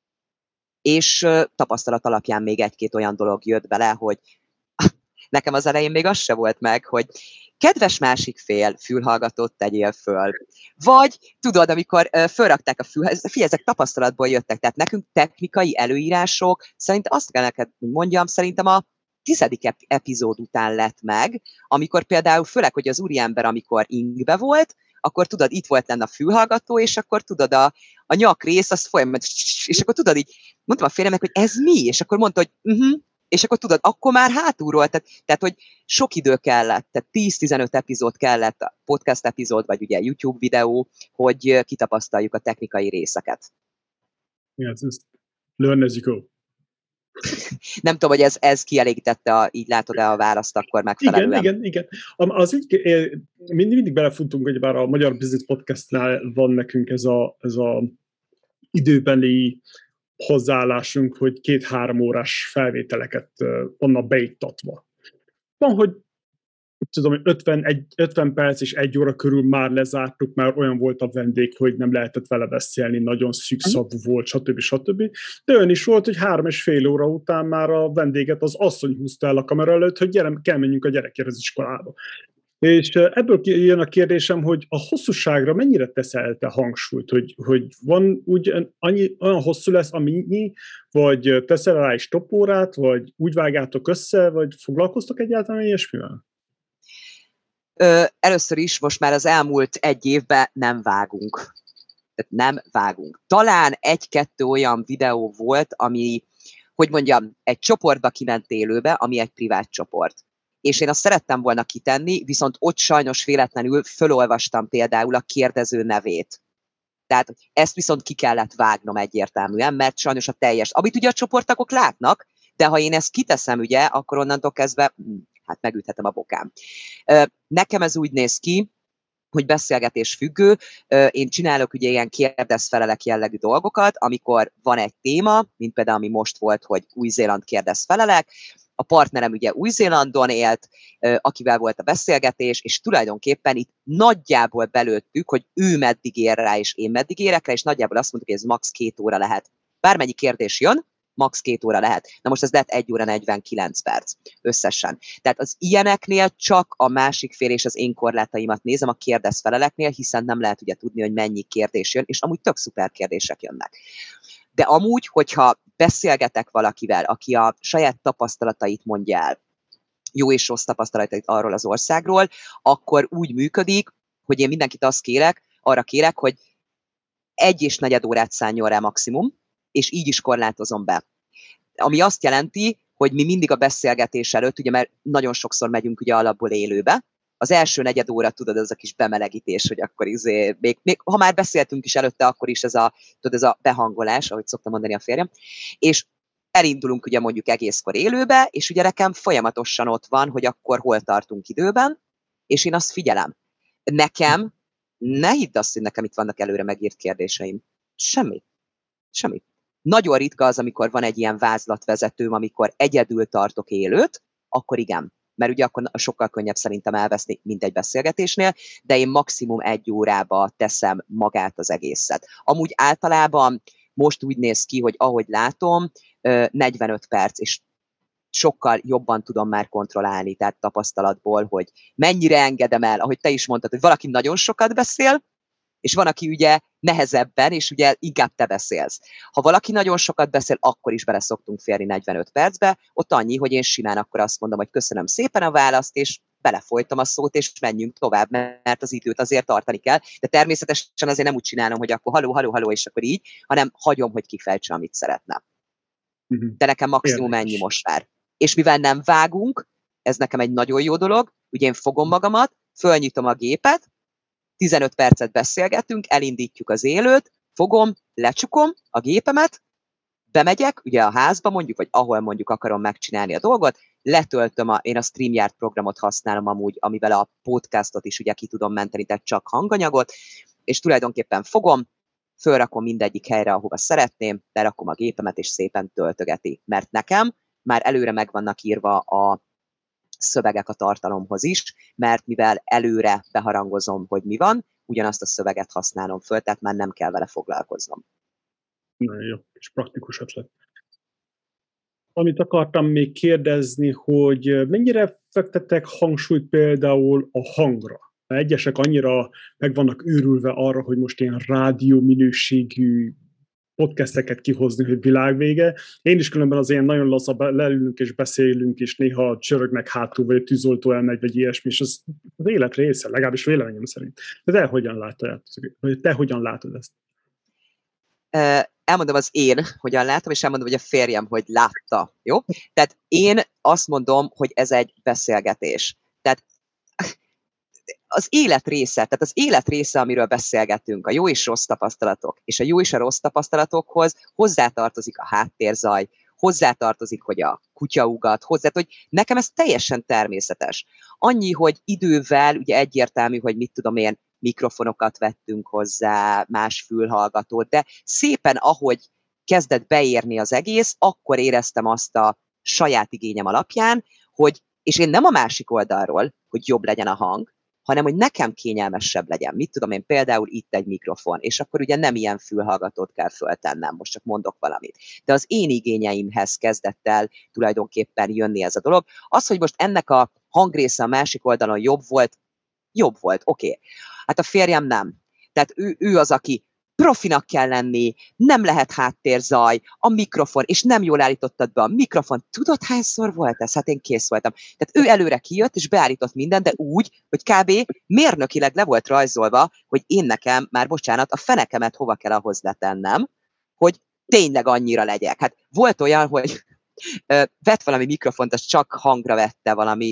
és tapasztalat alapján még egy-két olyan dolog jött bele, hogy nekem az elején még az se volt meg, hogy kedves másik fél, fülhallgatót tegyél föl. Vagy, tudod, amikor uh, fölrakták a fülhallgatót, figyelj, ezek tapasztalatból jöttek, tehát nekünk technikai előírások, szerintem azt kell neked, hogy mondjam, szerintem a tizedik ep- epizód után lett meg, amikor például, főleg, hogy az úriember, amikor ingbe volt, akkor tudod, itt volt lenne a fülhallgató, és akkor tudod, a, a nyakrész, azt folyamatosan, és akkor tudod így, mondtam a férjemnek, hogy ez mi? És akkor mondta, hogy uh-huh, és akkor tudod, akkor már hátulról, tehát, tehát hogy sok idő kellett, tehát tíz-tizenöt epizód kellett, podcast epizód, vagy ugye YouTube videó, hogy kitapasztaljuk a technikai részeket. Yes, learn as you go. Nem tudom, hogy ez, ez kielégítette, a, így látod-e a választ akkor megfelelően. Igen, igen, igen. Az ügy, mindig, mindig belefutunk, hogy bár a Magyar Business Podcastnál van nekünk ez a, ez a időbeli hozzáállásunk, hogy két-három órás felvételeket onnan beiktatva. Van, hogy tudom, ötven, ötven perc és egy óra körül már lezártuk, már olyan volt a vendég, hogy nem lehetett vele beszélni, nagyon szűkszavú volt, stb. stb. De olyan is volt, hogy három és fél óra után már a vendéget az asszony húzta el a kamera előtt, hogy gyere, kell menjünk a gyerekért az iskolába. És ebből jön a kérdésem, hogy a hosszúságra mennyire teszel te hangsúlyt, hogy, hogy van úgy annyi, olyan hosszú lesz, amennyi, vagy teszel rá is stoppórát, vagy úgy vágjátok össze, vagy foglalkoztok egyáltalán ilyesmivel? Ö, először is most már az elmúlt egy évben nem vágunk. Tehát nem vágunk. Talán egy-kettő olyan videó volt, ami, hogy mondjam, egy csoportba kiment élőbe, ami egy privát csoport. És én azt szerettem volna kitenni, viszont ott sajnos véletlenül fölolvastam például a kérdező nevét. Tehát ezt viszont ki kellett vágnom egyértelműen, mert sajnos a teljes, amit ugye a csoporttagok látnak, de ha én ezt kiteszem, ugye, akkor onnantól kezdve, hát megüthetem a bokám. Nekem ez úgy néz ki, hogy beszélgetés függő. Én csinálok ugye ilyen kérdez-felelek jellegű dolgokat, amikor van egy téma, mint például ami most volt, hogy Új-Zéland kérdez-felelek. A partnerem ugye Új-Zélandon élt, akivel volt a beszélgetés, és tulajdonképpen itt nagyjából belőttük, hogy ő meddig ér rá, és én meddig érek rá, és nagyjából azt mondtuk, hogy ez max. két óra lehet. Bármennyi kérdés jön, max. két óra lehet. Na most ez lett egy óra negyvenkilenc perc összesen. Tehát az ilyeneknél csak a másik fél és az én korlátaimat nézem a kérdez-feleleknél, hiszen nem lehet ugye tudni, hogy mennyi kérdés jön, és amúgy tök szuper kérdések jönnek. De amúgy, hogyha beszélgetek valakivel, aki a saját tapasztalatait mondja el, jó és rossz tapasztalatait arról az országról, akkor úgy működik, hogy én mindenkit azt kérek, arra kérek, hogy egy és negyed órát szálljon rá maximum, és így is korlátozom be. Ami azt jelenti, hogy mi mindig a beszélgetés előtt, ugye mert nagyon sokszor megyünk ugye alapból élőbe, az első negyed óra, tudod, ez a kis bemelegítés, hogy akkor izé, még, még ha már beszéltünk is előtte, akkor is ez a, tudod, ez a behangolás, ahogy szoktam mondani a férjem, és elindulunk ugye mondjuk egészkor élőbe, és ugye nekem folyamatosan ott van, hogy akkor hol tartunk időben, és én azt figyelem. Nekem, ne hidd azt, hogy nekem itt vannak előre megírt kérdéseim. Semmi. Semmi. Nagyon ritka az, amikor van egy ilyen vázlatvezetőm, amikor egyedül tartok élőt, akkor igen. Mert ugye akkor sokkal könnyebb szerintem elveszni, mint egy beszélgetésnél, de én maximum egy órába teszem magát az egészet. Amúgy általában most úgy néz ki, hogy ahogy látom, negyvenöt perc, és sokkal jobban tudom már kontrollálni, tehát tapasztalatból, hogy mennyire engedem el, ahogy te is mondtad, hogy valaki nagyon sokat beszél, és van, aki ugye nehezebben, és ugye inkább te beszélsz. Ha valaki nagyon sokat beszél, akkor is bele szoktunk férni negyvenöt percbe, ott annyi, hogy én simán akkor azt mondom, hogy köszönöm szépen a választ, és belefolytom a szót, és menjünk tovább, mert az időt azért tartani kell. De természetesen azért nem úgy csinálom, hogy akkor haló, haló, haló, és akkor így, hanem hagyom, hogy kifejtse, amit szeretne. De nekem maximum ennyi most már. És mivel nem vágunk, ez nekem egy nagyon jó dolog, ugye én fogom magamat, fölnyitom a gépet, tizenöt percet beszélgetünk, elindítjuk az élőt, fogom, lecsukom a gépemet, bemegyek, ugye a házba mondjuk, vagy ahol mondjuk akarom megcsinálni a dolgot, letöltöm, a, én a StreamYard programot használom amúgy, amivel a podcastot is ugye ki tudom menteni, tehát csak hanganyagot, és tulajdonképpen fogom, fölrakom mindegyik helyre, ahova szeretném, lerakom a gépemet, és szépen töltögeti. Mert nekem már előre meg vannak írva a szövegek a tartalomhoz is, mert mivel előre beharangozom, hogy mi van, ugyanazt a szöveget használom föl, tehát már nem kell vele foglalkoznom. Nagyon jó, és praktikus ötlet. Amit akartam még kérdezni, hogy mennyire fektettek hangsúlyt például a hangra? Egyesek annyira meg vannak őrülve arra, hogy most ilyen rádió minőségű podcasteket kihozni, hogy világvége. Én is különben az ilyen nagyon lasszabb leülünk és beszélünk, és néha csörögnek hátul, vagy a tűzoltó elmegy, vagy ilyesmi, és az, az élet része, legalábbis véleményem szerint. De te hogyan látod, te hogyan látod ezt? Elmondom az én, hogyan látom, és elmondom, hogy a férjem, hogy látta. Jó? Tehát én azt mondom, hogy ez egy beszélgetés. Tehát az élet része, tehát az élet része, amiről beszélgetünk, a jó és rossz tapasztalatok, és a jó és a rossz tapasztalatokhoz hozzátartozik a háttérzaj, hozzátartozik, hogy a kutya ugat, hozzá, hogy nekem ez teljesen természetes. Annyi, hogy idővel, ugye egyértelmű, hogy mit tudom én, mikrofonokat vettünk hozzá, más fülhallgatót, de szépen, ahogy kezdett beérni az egész, akkor éreztem azt a saját igényem alapján, hogy, és én nem a másik oldalról, hogy jobb legyen a hang, hanem hogy nekem kényelmesebb legyen. Mit tudom én, például itt egy mikrofon, és akkor ugye nem ilyen fülhallgatót kell föltennem, most csak mondok valamit. De az én igényeimhez kezdett el tulajdonképpen jönni ez a dolog. Az, hogy most ennek a hangrésze a másik oldalon jobb volt, jobb volt, oké. Okay. Hát a férjem nem. Tehát ő, ő az, aki profinak kell lenni, nem lehet háttérzaj, a mikrofon, és nem jól állítottad be a mikrofon. Tudod, hányszor volt ez? Hát én kész voltam. Tehát ő előre kijött, és beállított mindent, de úgy, hogy kb. Mérnökileg le volt rajzolva, hogy én nekem, már bocsánat, a fenekemet hova kell ahhoz letennem, hogy tényleg annyira legyek. Hát volt olyan, hogy ö, vett valami mikrofont, az csak hangra vette valami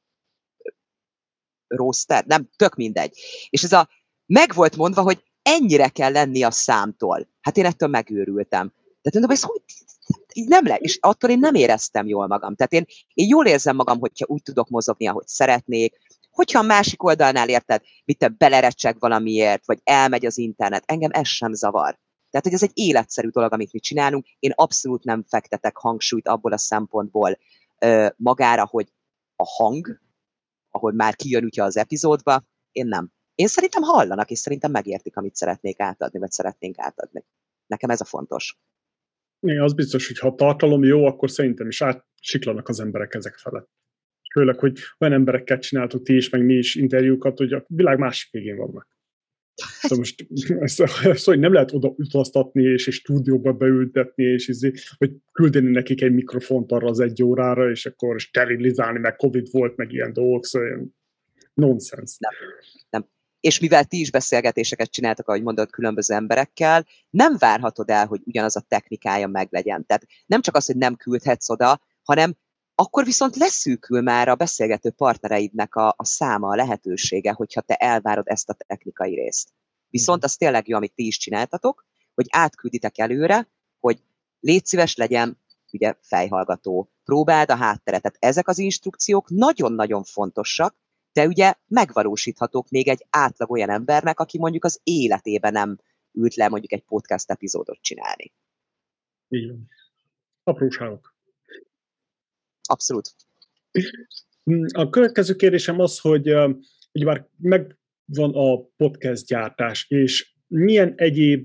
roster, nem, tök mindegy. És ez a, meg volt mondva, hogy ennyire kell lenni a számtól. Hát én ettől megőrültem. Tehát mondom, ez hogy így nem le, és attól én nem éreztem jól magam. Tehát én, én jól érzem magam, hogyha úgy tudok mozogni, ahogy szeretnék, hogyha a másik oldalnál érted, mit te belerecseg valamiért, vagy elmegy az internet, engem ez sem zavar. Tehát, hogy ez egy életszerű dolog, amit mi csinálunk. Én abszolút nem fektetek hangsúlyt abból a szempontból ö, magára, hogy a hang, ahogy már kijön ugye az epizódba, én nem. Én szerintem hallanak, és szerintem megértik, amit szeretnék átadni, vagy szeretnénk átadni. Nekem ez a fontos. Igen, az biztos, hogy ha a tartalom jó, akkor szerintem is átsiklanak az emberek ezek felett. Főleg, hogy olyan emberekkel csináltuk ti is, meg mi is interjúkat, hogy a világ másik végén vannak. Szóval most ezt, ezt, hogy nem lehet oda utaztatni, és egy stúdióba beültetni, és izé, hogy küldeni nekik egy mikrofont arra az egy órára, és akkor sterilizálni, meg Covid volt, meg ilyen dolgok, szóval ilyen nonsens. Nem, nem. És mivel ti is beszélgetéseket csináltak, ahogy mondod, különböző emberekkel, nem várhatod el, hogy ugyanaz a technikája meglegyen. Tehát nem csak az, hogy nem küldhetsz oda, hanem akkor viszont leszűkül már a beszélgető partnereidnek a, a száma, a lehetősége, hogyha te elvárod ezt a technikai részt. Viszont az tényleg jó, amit ti is csináltatok, hogy átkülditek előre, hogy légy szíves legyen, ugye fejhallgató, próbáld a hátteret. Tehát ezek az instrukciók nagyon-nagyon fontosak, de ugye megvalósíthatók még egy átlag olyan embernek, aki mondjuk az életében nem ült le mondjuk egy podcast epizódot csinálni. Így van. Apróságok. Abszolút. A következő kérdésem az, hogy uh, ugye már megvan a podcast gyártás, és milyen egyéb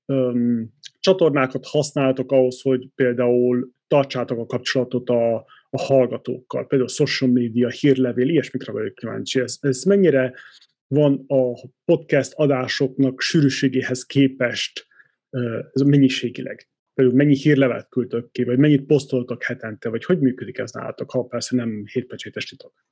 um, csatornákat használtok ahhoz, hogy például tartsátok a kapcsolatot a, a hallgatókkal, például social media, hírlevél, ilyesmikre vagyok kíváncsi. Ez, ez mennyire van a podcast adásoknak sűrűségéhez képest ez mennyiségileg? Például mennyi hírlevelet küldtök ki, vagy mennyit posztoltak hetente, vagy hogy működik ez nálatok, ha persze nem hétpecsétes titok?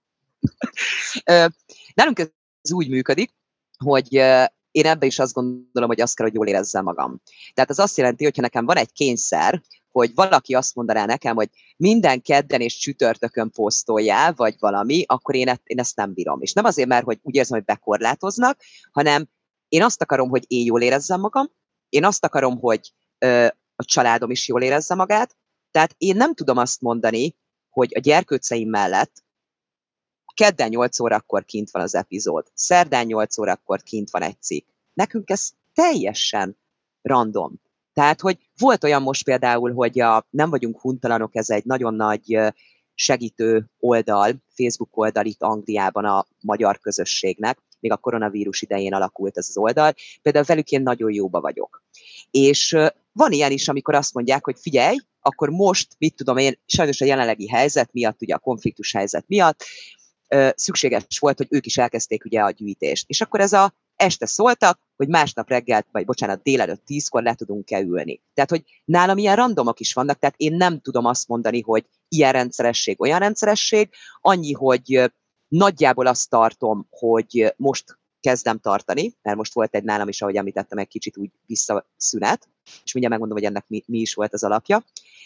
Nálunk ez úgy működik, hogy én ebben is azt gondolom, hogy azt kell, hogy jól érezzem magam. Tehát ez azt jelenti, hogyha nekem van egy kényszer, hogy valaki azt mondaná nekem, hogy minden kedden és csütörtökön posztoljál, vagy valami, akkor én, ezt, én ezt nem bírom. És nem azért, mert hogy úgy érzem, hogy bekorlátoznak, hanem én azt akarom, hogy én jól érezzem magam, én azt akarom, hogy ö, a családom is jól érezze magát, tehát én nem tudom azt mondani, hogy a gyerkőceim mellett kedden nyolc órakor kint van az epizód, szerdán nyolc órakor kint van egy cikk. Nekünk ez teljesen random. Tehát, hogy volt olyan most például, hogy a Nem vagyunk huntalanok, ez egy nagyon nagy segítő oldal, Facebook oldal itt Angliában a magyar közösségnek, még a koronavírus idején alakult ez az oldal, például velük én nagyon jóba vagyok. És van ilyen is, amikor azt mondják, hogy figyelj, akkor most, mit tudom én, sajnos a jelenlegi helyzet miatt, ugye a konfliktus helyzet miatt, szükséges volt, hogy ők is elkezdték ugye a gyűjtést. És akkor ez a este szóltak, hogy másnap reggel, vagy bocsánat, délelőtt tízkor le tudunk-e ülni. Tehát, hogy nálam ilyen randomok is vannak, tehát én nem tudom azt mondani, hogy ilyen rendszeresség, olyan rendszeresség, annyi, hogy nagyjából azt tartom, hogy most kezdem tartani, mert most volt egy nálam is, ahogy említettem, egy kicsit úgy visszaszünet, és mindjárt megmondom, hogy ennek mi, mi is volt az alapja,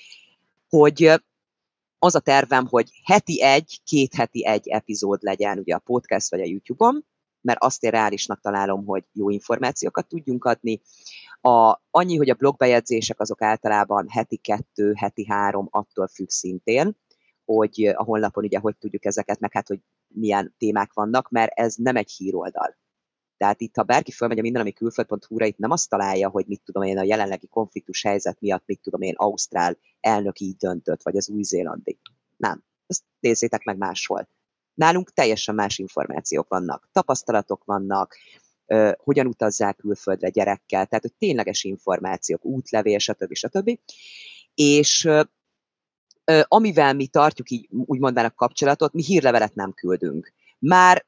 hogy az a tervem, hogy heti egy, két heti egy epizód legyen ugye a podcast vagy a YouTube-on, mert azt én reálisnak találom, hogy jó információkat tudjunk adni. A, annyi, hogy a blogbejegyzések azok általában heti kettő, heti három, attól függ szintén, hogy a honlapon ugye hogy tudjuk ezeket, meg hát, hogy milyen témák vannak, mert ez nem egy híroldal. Tehát itt, ha bárki fölmegy a mindenami külföld pont hu-ra, itt nem azt találja, hogy mit tudom én, a jelenlegi konfliktus helyzet miatt, mit tudom én, Ausztrál elnök így döntött, vagy az új-zélandi. Nem. Ezt nézzétek meg máshol. Nálunk teljesen más információk vannak. Tapasztalatok vannak, uh, hogyan utazzák külföldre gyerekkel, tehát hogy tényleges információk, útlevél, stb. stb. És uh, uh, amivel mi tartjuk így úgy mondanak kapcsolatot, mi hírlevelet nem küldünk. Már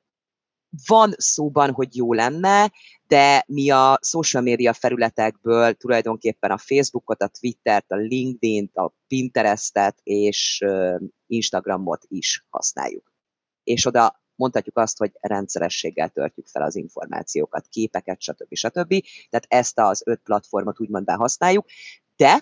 van szóban, hogy jó lenne, de mi a social media felületekből tulajdonképpen a Facebookot, a Twittert, a LinkedIn-t, a Pinterestet és uh, Instagramot is használjuk. És oda mondhatjuk azt, hogy rendszerességgel töltjük fel az információkat, képeket, stb. stb. Tehát ezt az öt platformot úgymond használjuk, de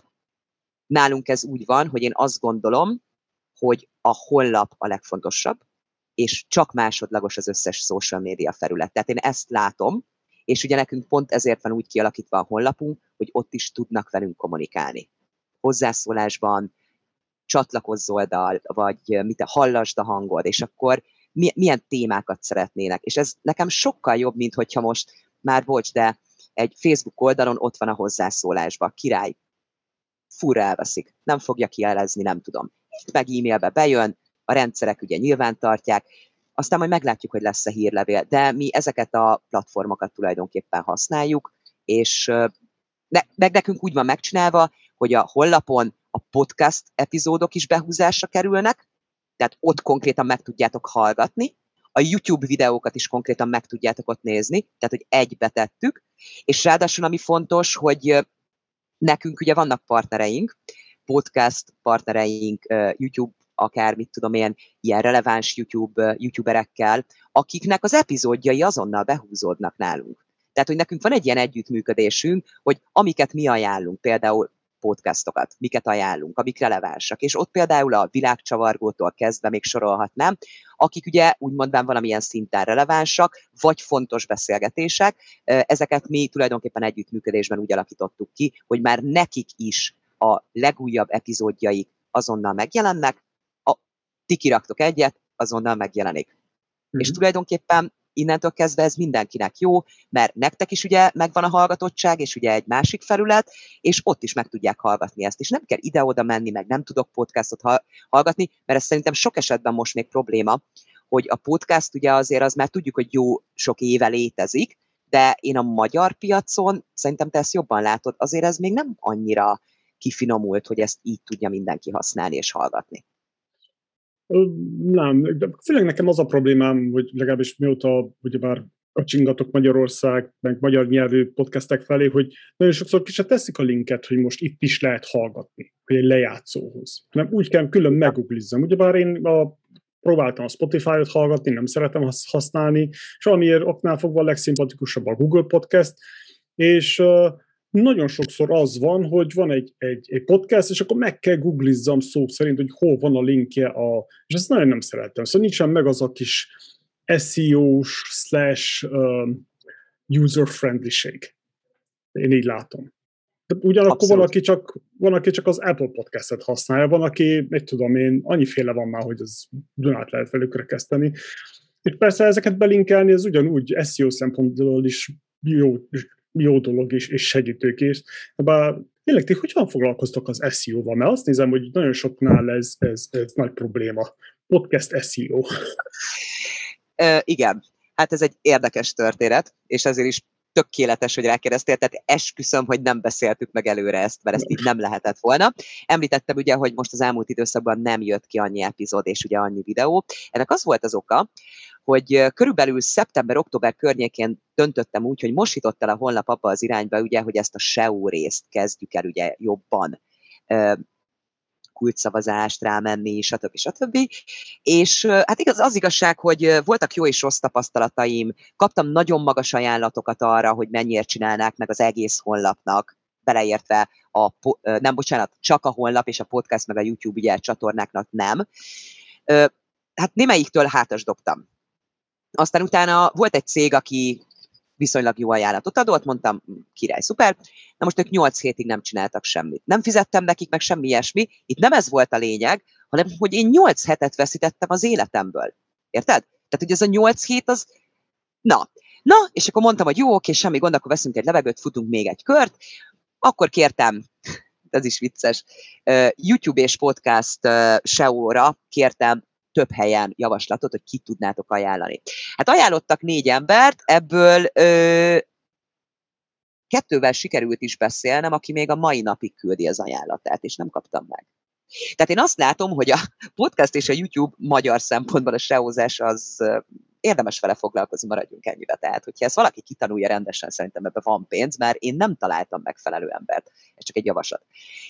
nálunk ez úgy van, hogy én azt gondolom, hogy a honlap a legfontosabb, és csak másodlagos az összes social media felület. Tehát én ezt látom, és ugye nekünk pont ezért van úgy kialakítva a honlapunk, hogy ott is tudnak velünk kommunikálni. Hozzászólásban, csatlakozz oldal, vagy mit te hallasd a hangod, és akkor mi, milyen témákat szeretnének. És ez nekem sokkal jobb, mint hogyha most, már bocs, de egy Facebook oldalon ott van a hozzászólásban, király, furra elveszik, nem fogja kijelezni, nem tudom. Itt meg e-mailbe bejön, a rendszerek ugye nyilván tartják, aztán majd meglátjuk, hogy lesz-e hírlevél, de mi ezeket a platformokat tulajdonképpen használjuk, és ne, meg nekünk úgy van megcsinálva, hogy a honlapon a podcast epizódok is behúzásra kerülnek, tehát ott konkrétan meg tudjátok hallgatni, a YouTube videókat is konkrétan meg tudjátok ott nézni, tehát hogy egybe tettük, és ráadásul ami fontos, hogy nekünk ugye vannak partnereink, podcast partnereink, YouTube, akár mit tudom én, ilyen releváns YouTube, youtuberekkel, akiknek az epizódjai azonnal behúzódnak nálunk. Tehát, hogy nekünk van egy ilyen együttműködésünk, hogy amiket mi ajánlunk, például podcastokat, miket ajánlunk, amik relevánsak. És ott például a világcsavargótól kezdve még sorolhatnám, akik ugye úgymondván valamilyen szinten relevánsak, vagy fontos beszélgetések, ezeket mi tulajdonképpen együttműködésben úgy alakítottuk ki, hogy már nekik is a legújabb epizódjaik azonnal megjelennek, a, ti kiraktok egyet, azonnal megjelenik. Mm-hmm. És tulajdonképpen innentől kezdve ez mindenkinek jó, mert nektek is ugye megvan a hallgatottság, és ugye egy másik felület, és ott is meg tudják hallgatni ezt. És nem kell ide-oda menni, meg nem tudok podcastot hallgatni, mert ez szerintem sok esetben most még probléma, hogy a podcast ugye azért az már tudjuk, hogy jó sok éve létezik, de én a magyar piacon, szerintem te ezt jobban látod, azért ez még nem annyira kifinomult, hogy ezt így tudja mindenki használni és hallgatni. Nem, de főleg nekem az a problémám, hogy legalábbis mióta ugyebár kacsingatok Magyarország, meg magyar nyelvű podcastek felé, hogy nagyon sokszor ki se teszik a linket, hogy most itt is lehet hallgatni, hogy egy lejátszóhoz. Nem úgy kell külön meguglizzam. Ugyebár én a, próbáltam a Spotify-ot hallgatni, nem szeretem használni, és valamiért oknál fogva a legszimpatikusabb a Google Podcast, és uh, nagyon sokszor az van, hogy van egy, egy, egy podcast, és akkor meg kell googlizzam szó szerint, hogy hol van a linkje, a, és ezt nagyon nem szeretem. Szóval nincsen meg az a kis es e o-s slash um, user-friendlység. Én így látom. De ugyanakkor Abszolút. van, aki csak, van, aki csak az Apple Podcast-et használja, van, aki, mit tudom én, annyiféle van már, hogy az Dunát lehet velük rekeszteni. És persze ezeket belinkelni, ez ugyanúgy es e o szempontból is jó, jó dolog és, és segítőkés. Bár tényleg, ti hogyan foglalkoztok az es e o-val? Mert azt nézem, hogy nagyon soknál ez, ez, ez nagy probléma. Podcast es e o. Uh, igen, hát ez egy érdekes történet, és ezért is tökéletes, hogy rákérdeztél, tehát esküszöm, hogy nem beszéltük meg előre ezt, mert ezt így nem lehetett volna. Említettem ugye, hogy most az elmúlt időszakban nem jött ki annyi epizód és ugye annyi videó. Ennek az volt az oka, hogy körülbelül szeptember-október környékén döntöttem úgy, hogy most jutott el a honlap abba az irányba, ugye, hogy ezt a es e o részt kezdjük el ugye jobban kulcsszavazást rámenni, stb. stb. És hát igaz, az igazság, hogy voltak jó és rossz tapasztalataim, kaptam nagyon magas ajánlatokat arra, hogy mennyiért csinálnák meg az egész honlapnak, beleértve a, nem bocsánat, csak a honlap és a podcast, meg a YouTube ugye csatornáknak nem. Hát némelyiktől hátas dobtam. Aztán utána volt egy cég, aki viszonylag jó ajánlatot adott, mondtam, király, szuper. Na most ők nyolc hétig nem csináltak semmit. Nem fizettem nekik meg semmi ilyesmi. Itt nem ez volt a lényeg, hanem hogy én nyolc hetet veszítettem az életemből. Érted? Tehát, hogy ez a nyolc hét az... Na, na, és akkor mondtam, hogy jó, oké, semmi gond, akkor veszünk egy levegőt, futunk még egy kört. Akkor kértem, ez is vicces, YouTube és podcast es e o-ra kértem több helyen javaslatot, hogy ki tudnátok ajánlani. Hát ajánlottak négy embert, ebből ö, kettővel sikerült is beszélnem, aki még a mai napig küldi az ajánlatát, és nem kaptam meg. Tehát én azt látom, hogy a podcast és a YouTube magyar szempontból a es e o-zás az ö, érdemes vele foglalkozni, maradjunk ennyibe. Tehát, hogyha ezt valaki kitanulja rendesen, szerintem ebben van pénz, mert én nem találtam megfelelő embert. Ez csak egy javaslat.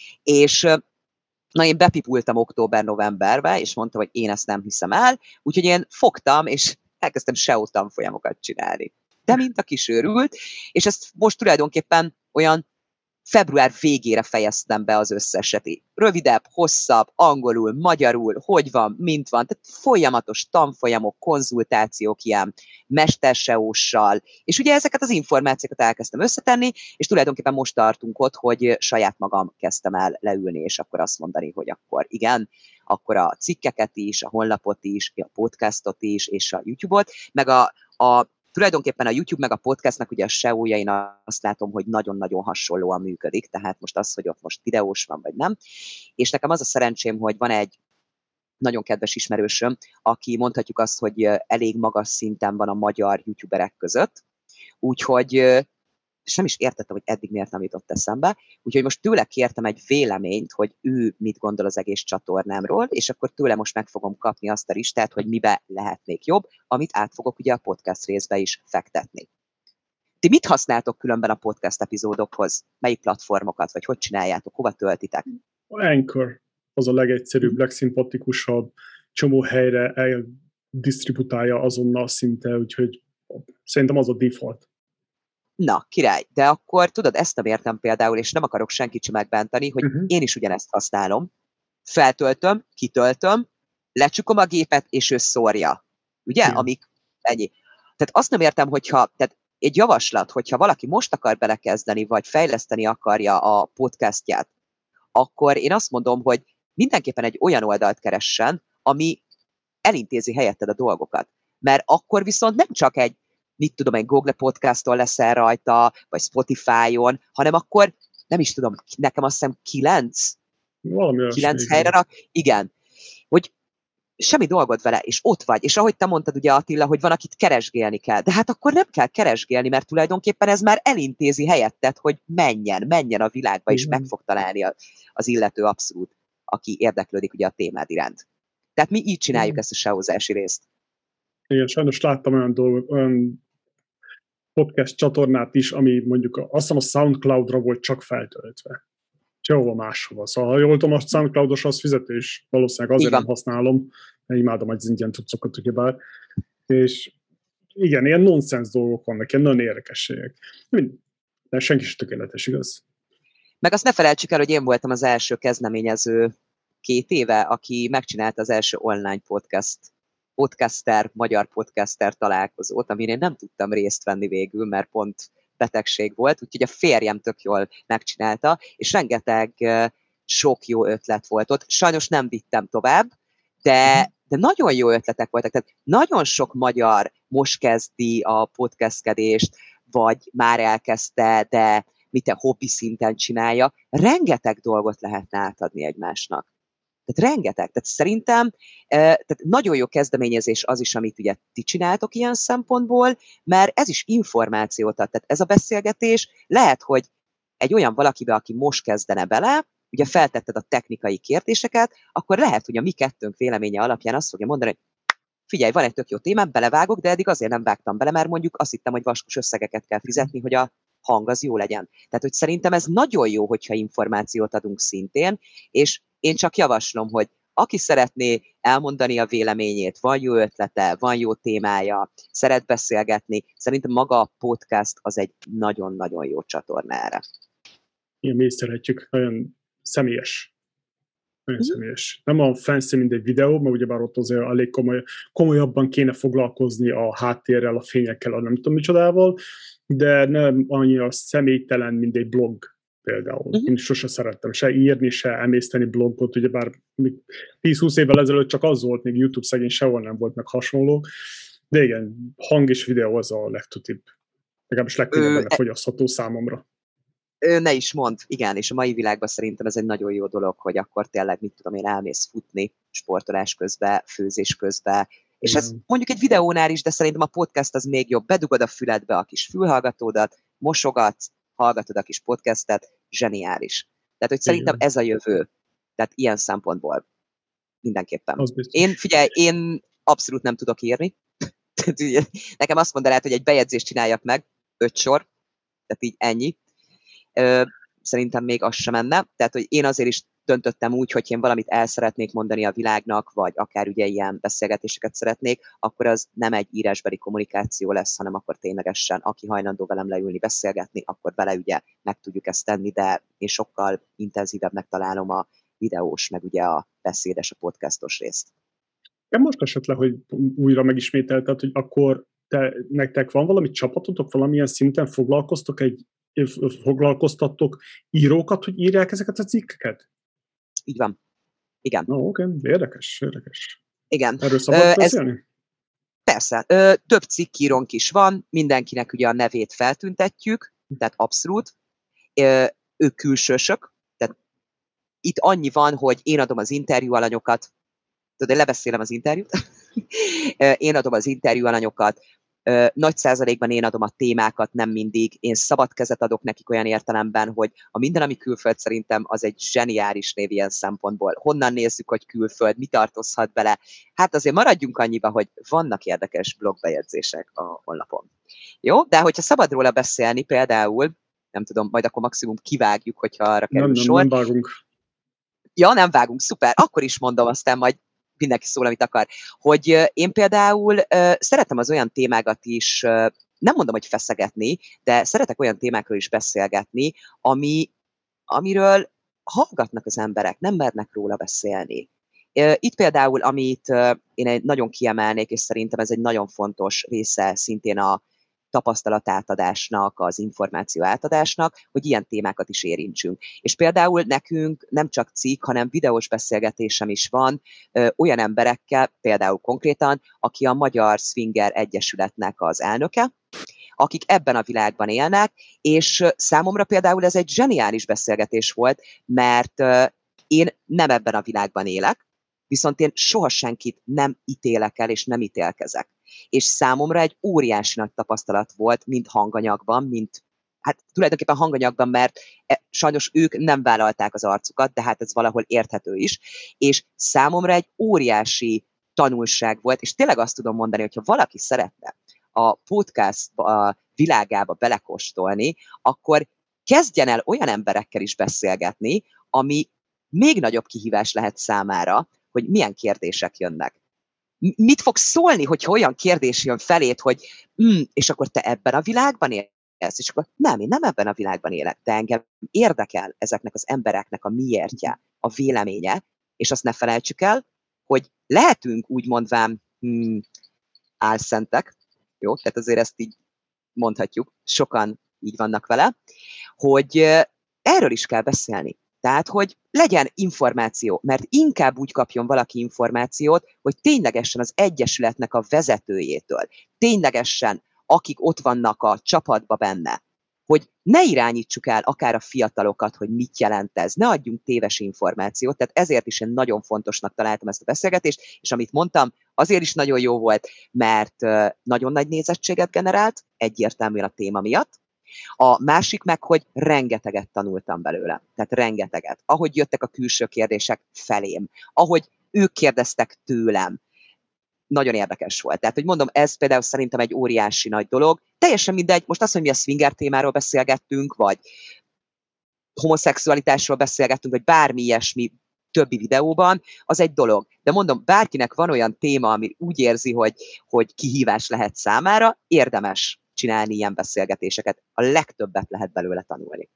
És na, én bepipultam október-novemberbe, és mondtam, hogy én ezt nem hiszem el, úgyhogy én fogtam, és elkezdtem es e o tanfolyamokat csinálni. De mint a kisőrült, és ezt most tulajdonképpen olyan február végére fejeztem be az összeset. Rövidebb, hosszabb, angolul, magyarul, hogy van, mint van, tehát folyamatos tanfolyamok, konzultációk ilyen mester es e o-ssal, és ugye ezeket az információkat elkezdtem összetenni, és tulajdonképpen most tartunk ott, hogy saját magam kezdtem el leülni, és akkor azt mondani, hogy akkor igen, akkor a cikkeket is, a honlapot is, a podcastot is, és a YouTube-ot, meg a, a tulajdonképpen a YouTube meg a podcastnak ugye a es e o-ja, én azt látom, hogy nagyon-nagyon hasonlóan működik, tehát most az, hogy ott most videós van, vagy nem. És nekem az a szerencsém, hogy van egy nagyon kedves ismerősöm, aki mondhatjuk azt, hogy elég magas szinten van a magyar youtuberek között, úgyhogy és nem is értettem, hogy eddig miért nem jutott eszembe, úgyhogy most tőle kértem egy véleményt, hogy ő mit gondol az egész csatornámról, és akkor tőle most meg fogom kapni azt a listát, hogy mibe lehetnék jobb, amit át fogok ugye a podcast részbe is fektetni. Ti mit használtok különben a podcast epizódokhoz? Melyik platformokat, vagy hogy csináljátok, hova töltitek? Anchor az a legegyszerűbb, legszimpatikusabb, csomó helyre eldisztributálja azonnal szinte, úgyhogy szerintem az a default. Na, király, de akkor tudod, ezt nem értem például, és nem akarok senkit sem megbántani, hogy uh-huh. én is ugyanezt használom. Feltöltöm, kitöltöm, lecsukom a gépet, és ő szórja. Ugye? Uh-huh. Amik ennyi. Tehát azt nem értem, hogyha, tehát egy javaslat, hogyha valaki most akar belekezdeni, vagy fejleszteni akarja a podcastját, akkor én azt mondom, hogy mindenképpen egy olyan oldalt keressen, ami elintézi helyetted a dolgokat. Mert akkor viszont nem csak egy mit tudom, egy Google Podcaston leszel rajta, vagy Spotify-on, hanem akkor, nem is tudom, nekem azt hiszem kilenc, Valami kilenc helyre rak, igen, hogy semmi dolgod vele, és ott vagy, és ahogy te mondtad ugye Attila, hogy van, akit keresgélni kell, de hát akkor nem kell keresgélni, mert tulajdonképpen ez már elintézi helyetted, hogy menjen, menjen a világba, és meg fog találni az illető abszolút, aki érdeklődik ugye a témád iránt. Tehát mi így csináljuk ezt a seózási részt. Igen, sajnos láttam olyan dolgot, olyan podcast csatornát is, ami mondjuk azt hiszem a SoundCloud-ra volt csak feltöltve. Sehova máshova. Szóval, ha jól tudom, a SoundCloud-os az fizetés, valószínűleg azért nem használom, mert imádom az ingyen cuccokat, ugyebár. És igen, ilyen nonsens dolgok vannak, ilyen nagyon érdekességek. De senki sem tökéletes, igaz? Meg azt ne felejtsük el, hogy én voltam az első kezdeményező két éve, aki megcsinálta az első online podcast, podcaster, magyar podcaster találkozót, amin én nem tudtam részt venni végül, mert pont betegség volt, úgyhogy a férjem tök jól megcsinálta, és rengeteg sok jó ötlet volt ott. Sajnos nem vittem tovább, de, de nagyon jó ötletek voltak. Tehát nagyon sok magyar most kezdi a podcastkedést, vagy már elkezdte, de mit a hobbi szinten csinálja. Rengeteg dolgot lehetne átadni egymásnak. Tehát rengeteg. Tehát szerintem tehát nagyon jó kezdeményezés az is, amit ugye ti csináltok ilyen szempontból, mert ez is információt ad. Tehát ez a beszélgetés lehet, hogy egy olyan valakibe, aki most kezdene bele, ugye feltetted a technikai kérdéseket, akkor lehet, hogy a mi kettőnk véleménye alapján azt fogja mondani, hogy figyelj, van egy tök jó témám, belevágok, de eddig azért nem vágtam bele, mert mondjuk azt hittem, hogy vaskos összegeket kell fizetni, hogy a hang az jó legyen. Tehát, hogy szerintem ez nagyon jó, hogyha információt adunk szintén, és én csak javaslom, hogy aki szeretné elmondani a véleményét, van jó ötlete, van jó témája, szeret beszélgetni, szerintem maga a podcast az egy nagyon-nagyon jó csatorna erre. Igen, mi is szeretjük, nagyon személyes. Nagyon mm. személyes. Nem a fancy, mint egy videó, mert ugyebár ott azért elég komoly, komolyabban kéne foglalkozni a háttérrel, a fényekkel, a nem tudom micsodával, de nem annyira személytelen, mint egy blog például. Uh-huh. Én sose szerettem se írni, se emészteni blogot, ugyebár tíz-húsz évvel ezelőtt csak az volt, még YouTube szegény sehol nem volt, meg hasonló. De igen, hang és videó az a legtutibb. Legalábbis legkönnyebben e- fogyasztható számomra. Ne is mond, igen, és a mai világban szerintem ez egy nagyon jó dolog, hogy akkor tényleg, mit tudom én, elmész futni, sportolás közben, főzés közben, és igen. Ez mondjuk egy videónál is, de szerintem a podcast az még jobb. Bedugod a füledbe a kis fülhallgatódat, mosogatsz, hallgatod a kis podcastet, zseniális. Tehát, hogy szerintem igen. Ez a jövő. Tehát ilyen szempontból mindenképpen. Én, figyelj, én abszolút nem tudok írni. Nekem azt mondanád, hogy egy bejegyzést csináljak meg, öt sor, tehát így ennyi. Szerintem még az sem menne. Tehát, hogy én azért is döntöttem úgy, hogy én valamit el szeretnék mondani a világnak, vagy akár ugye ilyen beszélgetéseket szeretnék, akkor az nem egy írásbeli kommunikáció lesz, hanem akkor ténylegesen, aki hajlandó velem leülni, beszélgetni, akkor vele ugye meg tudjuk ezt tenni, de én sokkal intenzívebbnek találom a videós, meg ugye a beszédes, a podcastos részt. Ja, most esetleg, hogy újra megismételted, hogy akkor te, nektek van valami csapatotok, valamilyen szinten foglalkoztok egy foglalkoztattok írókat, hogy írják ezeket a cikkeket? Így van. Igen. Oh, oké, okay. Érdekes, érdekes. Igen. Erről szabad beszélni? Ez, persze. Ö, több cikkírónk is van, mindenkinek ugye a nevét feltüntetjük, tehát abszolút. Ö, ők külsősök, tehát itt annyi van, hogy én adom az interjú alanyokat, tudod, én lebeszélem az interjút, én adom az interjú alanyokat, nagy százalékban én adom a témákat, nem mindig. Én szabad kezet adok nekik olyan értelemben, hogy a Minden, ami külföld szerintem az egy zseniális név ilyen szempontból. Honnan nézzük, hogy külföld, mi tartozhat bele? Hát azért maradjunk annyiba, hogy vannak érdekes blogbejegyzések a honlapon. Jó? De hogyha szabad róla beszélni, például, nem tudom, majd akkor maximum kivágjuk, hogyha arra kerül nem, sor. Nem, nem vágunk. Ja, nem vágunk, szuper. Akkor is mondom, aztán majd mindenki szól, amit akar. Hogy én például uh, szeretem az olyan témákat is, uh, nem mondom, hogy feszegetni, de szeretek olyan témákról is beszélgetni, ami, amiről hallgatnak az emberek, nem mernek róla beszélni. Uh, itt például, amit uh, én nagyon kiemelnék, és szerintem ez egy nagyon fontos része szintén a tapasztalatátadásnak, az információ átadásnak, hogy ilyen témákat is érintsünk. És például nekünk nem csak cikk, hanem videós beszélgetésem is van ö, olyan emberekkel, például konkrétan, aki a Magyar Swinger Egyesületnek az elnöke, akik ebben a világban élnek, és számomra például ez egy zseniális beszélgetés volt, mert ö, én nem ebben a világban élek, viszont én soha senkit nem ítélek el, és nem ítélkezek. És számomra egy óriási nagy tapasztalat volt, mind hanganyagban, mind, hát tulajdonképpen hanganyagban, mert sajnos ők nem vállalták az arcukat, de hát ez valahol érthető is, és számomra egy óriási tanulság volt, és tényleg azt tudom mondani, hogyha valaki szeretne a podcast a világába belekóstolni, akkor kezdjen el olyan emberekkel is beszélgetni, ami még nagyobb kihívás lehet számára, hogy milyen kérdések jönnek. Mit fog szólni, hogyha olyan kérdés jön felét, hogy mm, és akkor te ebben a világban élsz? És akkor nem, én nem ebben a világban élek, de engem érdekel ezeknek az embereknek a miértje, a véleménye, és azt ne felejtsük el, hogy lehetünk úgy mondván hmm, álszentek, jó, tehát azért ezt így mondhatjuk, sokan így vannak vele, hogy erről is kell beszélni. Tehát, hogy legyen információ, mert inkább úgy kapjon valaki információt, hogy ténylegesen az egyesületnek a vezetőjétől, ténylegesen akik ott vannak a csapatba benne, hogy ne irányítsuk el akár a fiatalokat, hogy mit jelent ez, ne adjunk téves információt, tehát ezért is én nagyon fontosnak találtam ezt a beszélgetést, és amit mondtam, azért is nagyon jó volt, mert nagyon nagy nézettséget generált, egyértelműen a téma miatt. A másik meg, hogy rengeteget tanultam belőle, tehát rengeteget. Ahogy jöttek a külső kérdések felém, ahogy ők kérdeztek tőlem, nagyon érdekes volt. Tehát, hogy mondom, ez például szerintem egy óriási nagy dolog. Teljesen mindegy, most azt, hogy mi a swinger témáról beszélgettünk, vagy homoszexualitásról beszélgettünk, vagy bármi ilyesmi többi videóban, az egy dolog. De mondom, bárkinek van olyan téma, ami úgy érzi, hogy, hogy kihívás lehet számára, érdemes csinálni ilyen beszélgetéseket. A legtöbbet lehet belőle tanulni.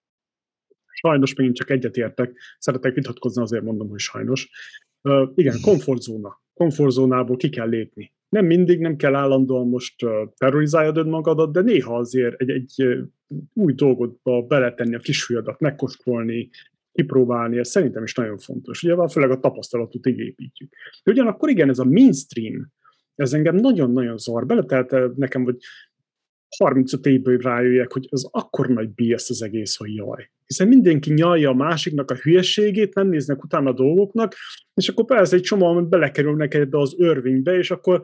Sajnos megint csak egyetértek. Szeretek vitatkozni, azért mondom, hogy sajnos. Uh, igen, komfortzóna. Komfortzónából ki kell lépni. Nem mindig, nem kell állandóan most uh, terrorizáljad önmagadat, de néha azért egy, egy uh, új dolgotba beletenni a kisfülyedet, megkóstolni, kipróbálni, ez szerintem is nagyon fontos. Ugye van főleg a tapasztalatot így építjük. De ugyanakkor igen, ez a mainstream, ez engem nagyon-nagyon zavar. Beletelt nekem, hogy harmincöt évből rájöjjek, hogy az akkor nagy bé es az egész, hogy jaj. Hiszen mindenki nyalja a másiknak a hülyeségét, nem néznek utána a dolgoknak, és akkor persze egy csomó belekerülnek ebbe az örvénybe, és akkor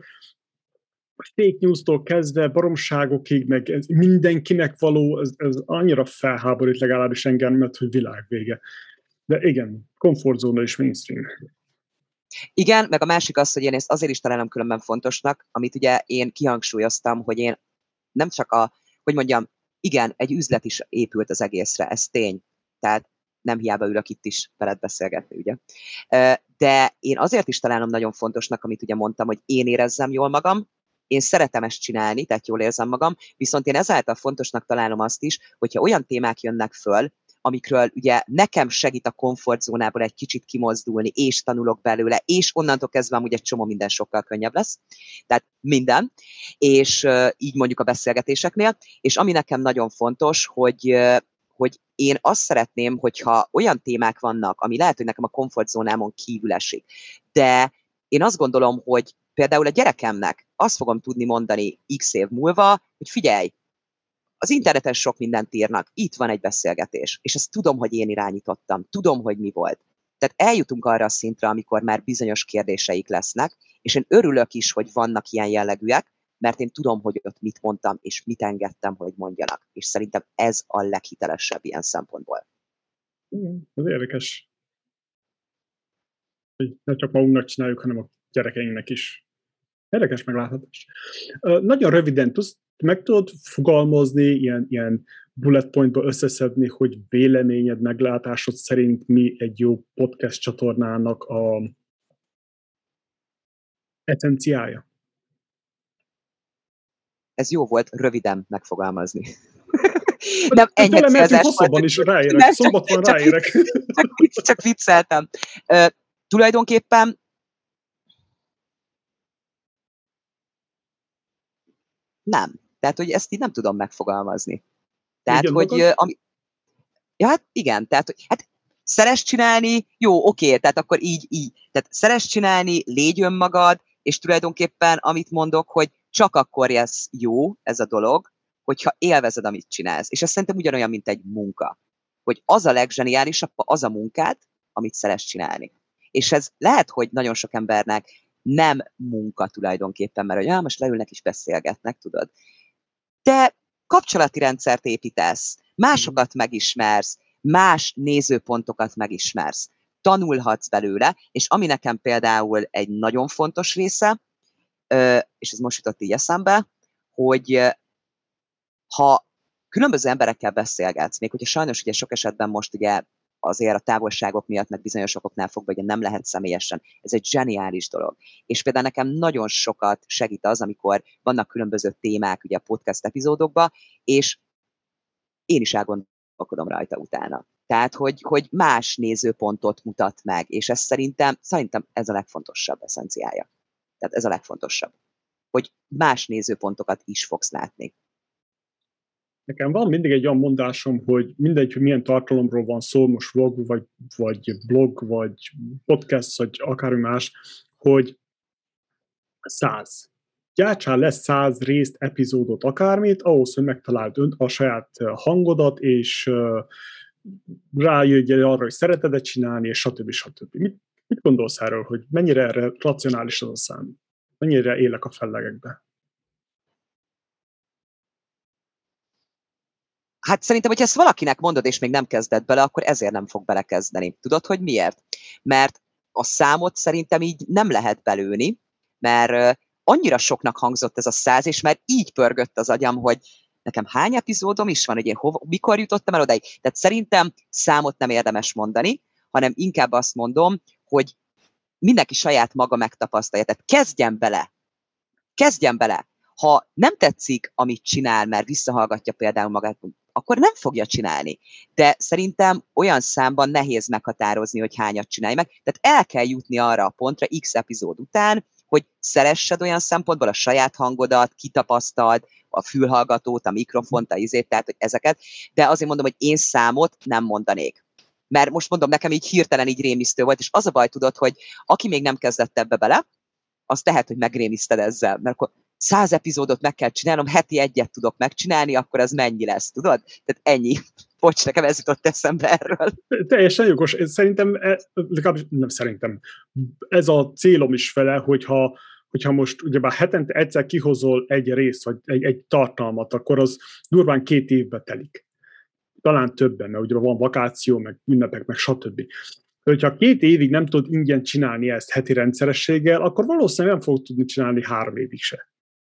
fake news-tól kezdve baromságokig, meg ez mindenkinek való, ez, ez annyira felháborít legalábbis engem, mert hogy világvége. De igen, komfortzóna és mainstream. Igen, meg a másik az, hogy én ezt azért is találom különben fontosnak, amit ugye én kihangsúlyoztam, hogy én nem csak a, hogy mondjam, igen, egy üzlet is épült az egészre, ez tény. Tehát nem hiába ülök itt is veled beszélgetni, ugye. De én azért is találom nagyon fontosnak, amit ugye mondtam, hogy én érezzem jól magam, én szeretem ezt csinálni, tehát jól érzem magam, viszont én ezáltal fontosnak találom azt is, hogyha olyan témák jönnek föl, amikről ugye nekem segít a komfortzónából egy kicsit kimozdulni, és tanulok belőle, és onnantól kezdve amúgy egy csomó minden sokkal könnyebb lesz. Tehát minden, és uh, így mondjuk a beszélgetéseknél, és ami nekem nagyon fontos, hogy, uh, hogy én azt szeretném, hogyha olyan témák vannak, ami lehet, hogy nekem a komfortzónámon kívül esik, de én azt gondolom, hogy például a gyerekemnek azt fogom tudni mondani x év múlva, hogy figyelj, az interneten sok mindent írnak, itt van egy beszélgetés, és ezt tudom, hogy én irányítottam, tudom, hogy mi volt. Tehát eljutunk arra a szintre, amikor már bizonyos kérdéseik lesznek, és én örülök is, hogy vannak ilyen jellegűek, mert én tudom, hogy ott mit mondtam, és mit engedtem, hogy mondjanak. És szerintem ez a leghitelesebb ilyen szempontból. Igen, ez érdekes. Hogy ne csak magunknak csináljuk, hanem a gyerekeinknek is. Érdekes megláthatás. Uh, nagyon röviden tudsz, meg tudod fogalmazni, ilyen, ilyen bullet pointba összeszedni, hogy véleményed, meglátásod szerint mi egy jó podcast csatornának a eszenciája? Ez jó volt röviden megfogalmazni. Nem, ennyi célzás. Hosszabban is ráérek, nem, szombat van csak, ráérek. Csak, vicc, csak vicceltem. Uh, tulajdonképpen nem. Tehát, hogy ezt így nem tudom megfogalmazni. Tehát, igen, hogy... Ami, ja, hát igen, tehát, hogy hát szeress csinálni, jó, oké, tehát akkor így, így. Tehát szeress csinálni, légy önmagad, és tulajdonképpen amit mondok, hogy csak akkor lesz jó ez a dolog, hogyha élvezed, amit csinálsz. És ez szerintem ugyanolyan, mint egy munka. Hogy az a legzseniálisabb, az a munkád, amit szeress csinálni. És ez lehet, hogy nagyon sok embernek nem munka tulajdonképpen, mert hogy ah, most leülnek és beszélgetnek, tudod. De kapcsolati rendszert építesz, másokat megismersz, más nézőpontokat megismersz. Tanulhatsz belőle, és ami nekem például egy nagyon fontos része, és ez most jutott így eszembe, hogy ha különböző emberekkel beszélgetsz, még hogyha sajnos ugye sok esetben most ugye azért a távolságok miatt, meg bizonyos okoknál fogva, ugye nem lehet személyesen. Ez egy zseniális dolog. És például nekem nagyon sokat segít az, amikor vannak különböző témák ugye a podcast epizódokban, és én is elgondolkodom rajta utána. Tehát, hogy, hogy más nézőpontot mutat meg, és ez szerintem, szerintem ez a legfontosabb eszenciája. Tehát ez a legfontosabb. Hogy más nézőpontokat is fogsz látni. Nekem van mindig egy olyan mondásom, hogy mindegy, hogy milyen tartalomról van szó, most vlog, vagy, vagy blog, vagy podcast, vagy akármi más, hogy száz. Gyártsál lesz száz részt, epizódot, akármit, ahhoz, hogy megtaláld a saját hangodat, és rájöjjél arra, hogy szereted-e csinálni, és stb. stb. Mit, mit gondolsz erről, hogy mennyire erre racionális az a szám? Mennyire élek a fellegekbe? Hát szerintem, hogyha ezt valakinek mondod, és még nem kezdett bele, akkor ezért nem fog belekezdeni. Tudod, hogy miért? Mert a számot szerintem így nem lehet belőni, mert annyira soknak hangzott ez a száz, és már így pörgött az agyam, hogy nekem hány epizódom is van, hogy én hova, mikor jutottam el odaig. Tehát szerintem számot nem érdemes mondani, hanem inkább azt mondom, hogy mindenki saját maga megtapasztalja. Tehát kezdjen bele. Kezdjen bele. Ha nem tetszik, amit csinál, mert visszahallgatja például magát, akkor nem fogja csinálni. De szerintem olyan számban nehéz meghatározni, hogy hányat csinálj meg. Tehát el kell jutni arra a pontra X epizód után, hogy szeressed olyan szempontból a saját hangodat, kitapasztald a fülhallgatót, a mikrofont, a izét, tehát hogy ezeket. De azért mondom, hogy én számot nem mondanék. Mert most mondom, nekem így hirtelen így rémisztő volt, és az a baj, tudod, hogy aki még nem kezdett ebbe bele, az tehet, hogy megrémiszted ezzel, mert akkor száz epizódot meg kell csinálnom, heti egyet tudok megcsinálni, akkor az mennyi lesz, tudod? Tehát ennyi. Bocs, nekem ez jutott eszembe erről. Teljesen jogos. Szerintem, legalábbis nem szerintem, ez a célom is vele, hogyha, hogyha most ugyebár hetente egyszer kihozol egy részt, vagy egy, egy tartalmat, akkor az durván két évbe telik. Talán többen, mert ugye van vakáció, meg ünnepek, meg stb. Hogyha két évig nem tudod ingyen csinálni ezt heti rendszerességgel, akkor valószínűleg nem fogod tudni csinálni három évig se.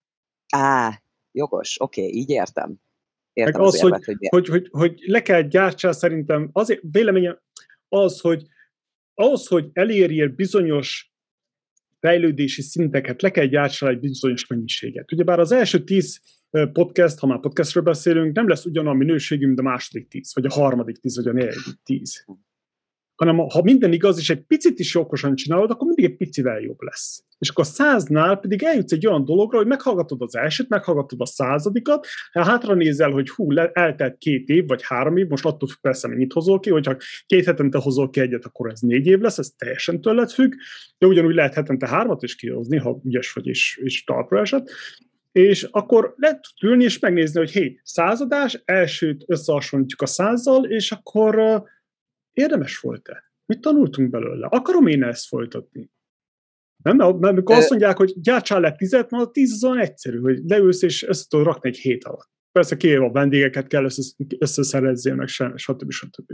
Á, jogos, oké, okay, így értem. Értem az, az érvet, hogy, hogy, hogy, hogy, hogy le kell gyártsál szerintem, azért véleményem az, hogy ahhoz, hogy elérjél bizonyos fejlődési szinteket, le kell gyártsál egy bizonyos mennyiséget. Ugyebár az első tíz podcast, ha már podcastről beszélünk, nem lesz ugyanolyan minőségű, mint a második tíz, vagy a harmadik tíz, vagy a negyedik tíz. Hanem ha minden igaz, és egy picit is okosan csinálod, akkor mindig egy picivel jobb lesz. És akkor a száznál pedig eljutsz egy olyan dologra, hogy meghallgatod az elsőt, meghallgatod a századikat, hátra nézel, hogy hú, eltelt két év, vagy három év, most attól függ persze, mennyit hozol ki, hogyha két hetente hozol ki egyet, akkor ez négy év lesz, ez teljesen tőled függ, de ugyanúgy lehet hetente hármat is kihozni, ha ügyes vagy és, és talpra esett. És akkor lehet ülni és megnézni, hogy hé, századás, elsőt összehasonlítjuk a százzal, és akkor uh, érdemes volt-e? Mit tanultunk belőle? Akarom én ezt folytatni? Nem? Mert amikor azt mondják, hogy gyártsál le tizet, na a tíz az olyan egyszerű, hogy leülsz és össze tudod rakni egy hét alatt. Persze kivéve a vendégeket kell összeszerezzél, meg stb. stb.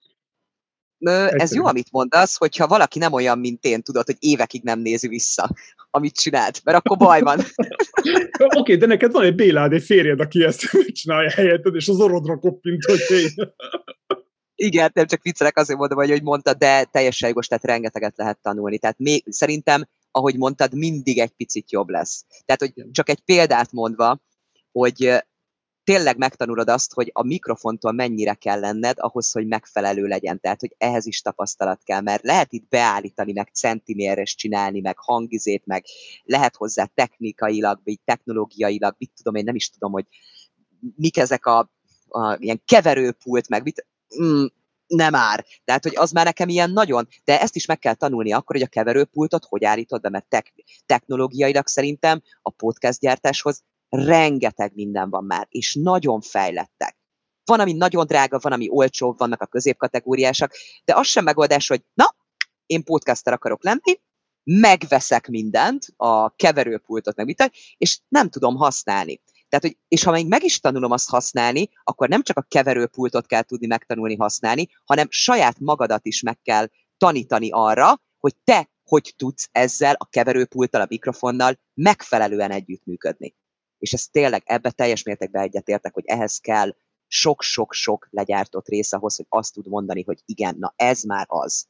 Ez jó, amit mondasz, hogyha valaki nem olyan, mint én, tudod, hogy évekig nem nézi vissza, amit csinált, mert akkor baj van. Oké, okay, de neked van egy Bélád, egy férjed, aki ezt csinálja helyetted, és az orrodra koppint, hogy én. Igen, nem csak viccelek, azért mondom, hogy, hogy mondtad, de teljesen jogos, tehát rengeteget lehet tanulni. Tehát még, szerintem, ahogy mondtad, mindig egy picit jobb lesz. Tehát, hogy csak egy példát mondva, hogy tényleg megtanulod azt, hogy a mikrofontól mennyire kell lenned ahhoz, hogy megfelelő legyen. Tehát, hogy ehhez is tapasztalat kell, mert lehet itt beállítani, meg centiméres csinálni, meg hangizét, meg lehet hozzá technikailag, vagy technológiailag, mit tudom, én nem is tudom, hogy mik ezek a, a ilyen keverőpult, meg mit, mm, nem ár. Tehát, hogy az már nekem ilyen nagyon, de ezt is meg kell tanulni akkor, hogy a keverőpultot hogy állítod be, mert tek, technológiailag szerintem a podcast gyártáshoz rengeteg minden van már, és nagyon fejlettek. Van, ami nagyon drága, van, ami olcsó, vannak a középkategóriásak, de az sem megoldás, hogy na, én podcaster akarok lenni, megveszek mindent, a keverőpultot, meg mit, és nem tudom használni. Tehát, hogy, és ha még meg is tanulom azt használni, akkor nem csak a keverőpultot kell tudni megtanulni használni, hanem saját magadat is meg kell tanítani arra, hogy te hogy tudsz ezzel a keverőpulttal, a mikrofonnal megfelelően együttműködni. És ez tényleg ebbe teljes mértékben egyetértek, hogy ehhez kell sok-sok-sok legyártott rész ahhoz, hogy azt tud mondani, hogy igen, na ez már az.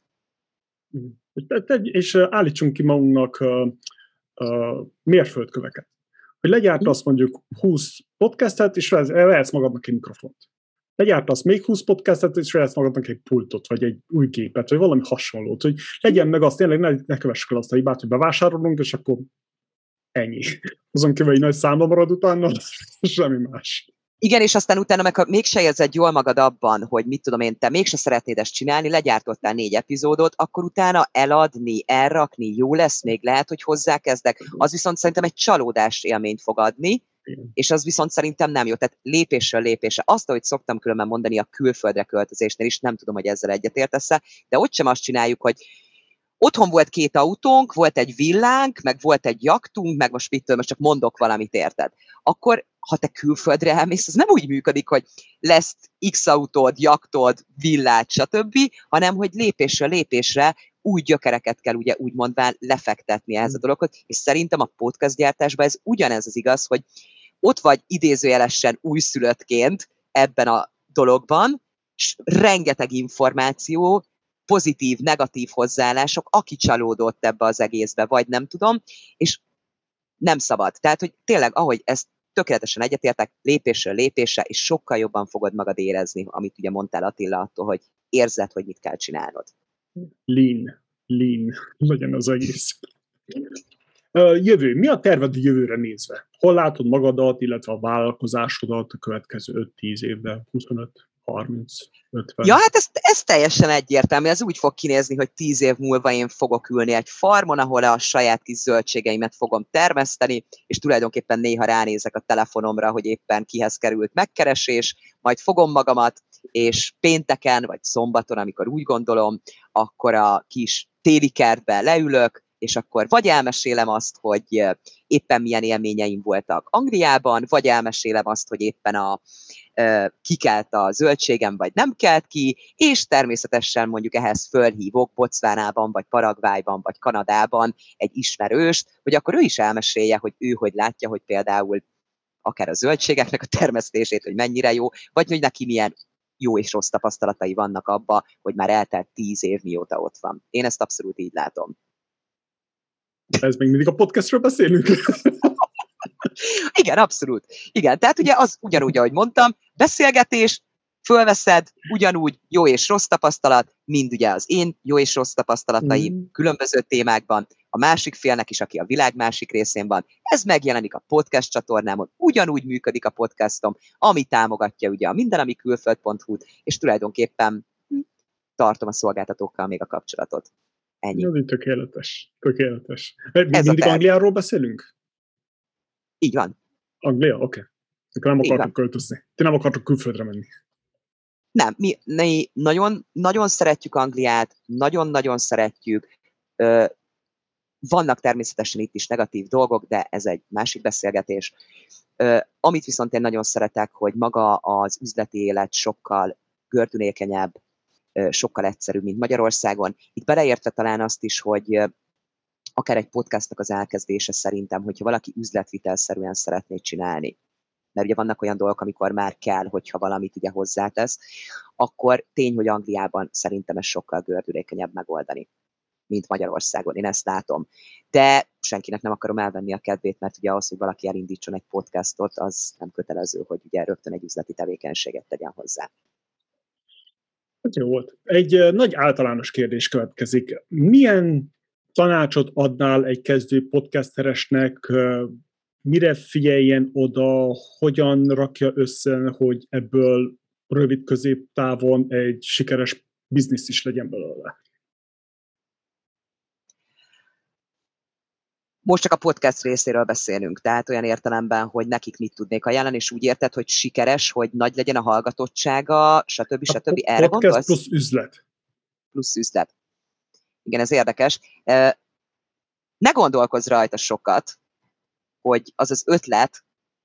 És állítsunk ki magunknak uh, uh, mérföldköveket. Hogy legyártasz mondjuk húsz podcastet, és vehetsz magadnak egy mikrofont. Legyártasz még húsz podcastet, és vehetsz magadnak egy pultot, vagy egy új gépet, vagy valami hasonlót, hogy legyen meg azt, tényleg ne, ne kövessük el azt a hibát, hogy bevásárolunk, és akkor ennyi. Azon kívül egy nagy számla marad utána, semmi más. Igen, és aztán utána meg, ha mégse érzed jól magad abban, hogy mit tudom én, te mégse szeretnéd ezt csinálni, legyártottál négy epizódot, akkor utána eladni, elrakni, jó lesz, még lehet, hogy hozzákezdek. Az viszont szerintem egy csalódás élményt fog adni, igen. És az viszont szerintem nem jó. Tehát lépésről lépésre. Azt, ahogy szoktam különben mondani a külföldre költözésnél is, nem tudom, hogy ezzel egyetértesz-e, de ott sem azt csináljuk, hogy otthon volt két autónk, volt egy villánk, meg volt egy jaktunk, meg most mit most csak mondok valamit, érted? Akkor, ha te külföldre elmész, az nem úgy működik, hogy lesz X autód, jaktod, villát, stb., hanem, hogy lépésről lépésre új gyökereket kell ugye úgy mondván lefektetni ehhez a dologhoz, és szerintem a podcast gyártásban ez ugyanez az igaz, hogy ott vagy idézőjelesen újszülöttként ebben a dologban, és rengeteg információ, pozitív, negatív hozzáállások, aki csalódott ebbe az egészbe, vagy nem tudom, és nem szabad. Tehát, hogy tényleg, ahogy ezt tökéletesen egyetértek, lépésről lépésre, és sokkal jobban fogod magad érezni, amit ugye mondtál Attila attól, hogy érzed, hogy mit kell csinálnod. Lean, lean legyen az egész. Jövő. Mi a terved jövőre nézve? Hol látod magadat, illetve a vállalkozásodat a következő öt-tíz évben, huszonöt, harminc, ötven? Ja, hát ez, ez teljesen egyértelmű. Ez úgy fog kinézni, hogy tíz év múlva én fogok ülni egy farmon, ahol a saját kis zöldségeimet fogom termeszteni, és tulajdonképpen néha ránézek a telefonomra, hogy éppen kihez került megkeresés, majd fogom magamat, és pénteken vagy szombaton, amikor úgy gondolom, akkor a kis téli kertbe leülök, és akkor vagy elmesélem azt, hogy éppen milyen élményeim voltak Angliában, vagy elmesélem azt, hogy éppen a, kikelt a zöldségem, vagy nem kelt ki, és természetesen mondjuk ehhez fölhívok Bocvánában, vagy Paraguayban, vagy Kanadában egy ismerőst, hogy akkor ő is elmesélje, hogy ő hogy látja, hogy például akár a zöldségeknek a termesztését, hogy mennyire jó, vagy hogy neki milyen jó és rossz tapasztalatai vannak abba, hogy már eltelt tíz év, mióta ott van. Én ezt abszolút így látom. Ez még mindig a podcastről beszélünk? Igen, abszolút. Igen, tehát ugye az ugyanúgy, ahogy mondtam, beszélgetés, fölveszed, ugyanúgy jó és rossz tapasztalat, mind ugye az én jó és rossz tapasztalataim mm. különböző témákban, a másik félnek is, aki a világ másik részén van. Ez megjelenik a podcast csatornámon, ugyanúgy működik a podcastom, ami támogatja ugye a mindenamikülföld pont hu-t, és tulajdonképpen hm, tartom a szolgáltatókkal még a kapcsolatot. Ennyi. Ez tökéletes. Tökéletes. Mindig Angliáról beszélünk? Így van. Anglia? Oké. Okay. Akkor nem akartok költözni. Ti nem akartok külföldre menni. Nem, mi, mi nagyon, nagyon szeretjük Angliát, nagyon-nagyon szeretjük. Ö, vannak természetesen itt is negatív dolgok, de ez egy másik beszélgetés. Ö, amit viszont én nagyon szeretek, hogy maga az üzleti élet sokkal gördülékenyebb, sokkal egyszerűbb, mint Magyarországon. Itt beleértve talán azt is, hogy akár egy podcastnak az elkezdése szerintem, hogyha valaki üzletvitelszerűen szeretné csinálni, mert ugye vannak olyan dolgok, amikor már kell, hogyha valamit ugye hozzátesz, akkor tény, hogy Angliában szerintem ez sokkal gördülékenyebb megoldani, mint Magyarországon. Én ezt látom. De senkinek nem akarom elvenni a kedvét, mert ugye az, hogy valaki elindítson egy podcastot, az nem kötelező, hogy ugye rögtön egy üzleti tevékenységet tegyen hozzá. Ez jó volt. Egy nagy általános kérdés következik. Milyen tanácsot adnál egy kezdő podcasteresnek, mire figyeljen oda, hogyan rakja össze, hogy ebből rövid középtávon egy sikeres biznisz is legyen belőle? Most csak a podcast részéről beszélünk, tehát olyan értelemben, hogy nekik mit tudnék ajánlani, és úgy érted, hogy sikeres, hogy nagy legyen a hallgatottsága, stb. stb. Erre podcast gondolsz? plusz üzlet. Plusz üzlet. Igen, ez érdekes. Ne gondolkozz rajta sokat, hogy az az ötlet,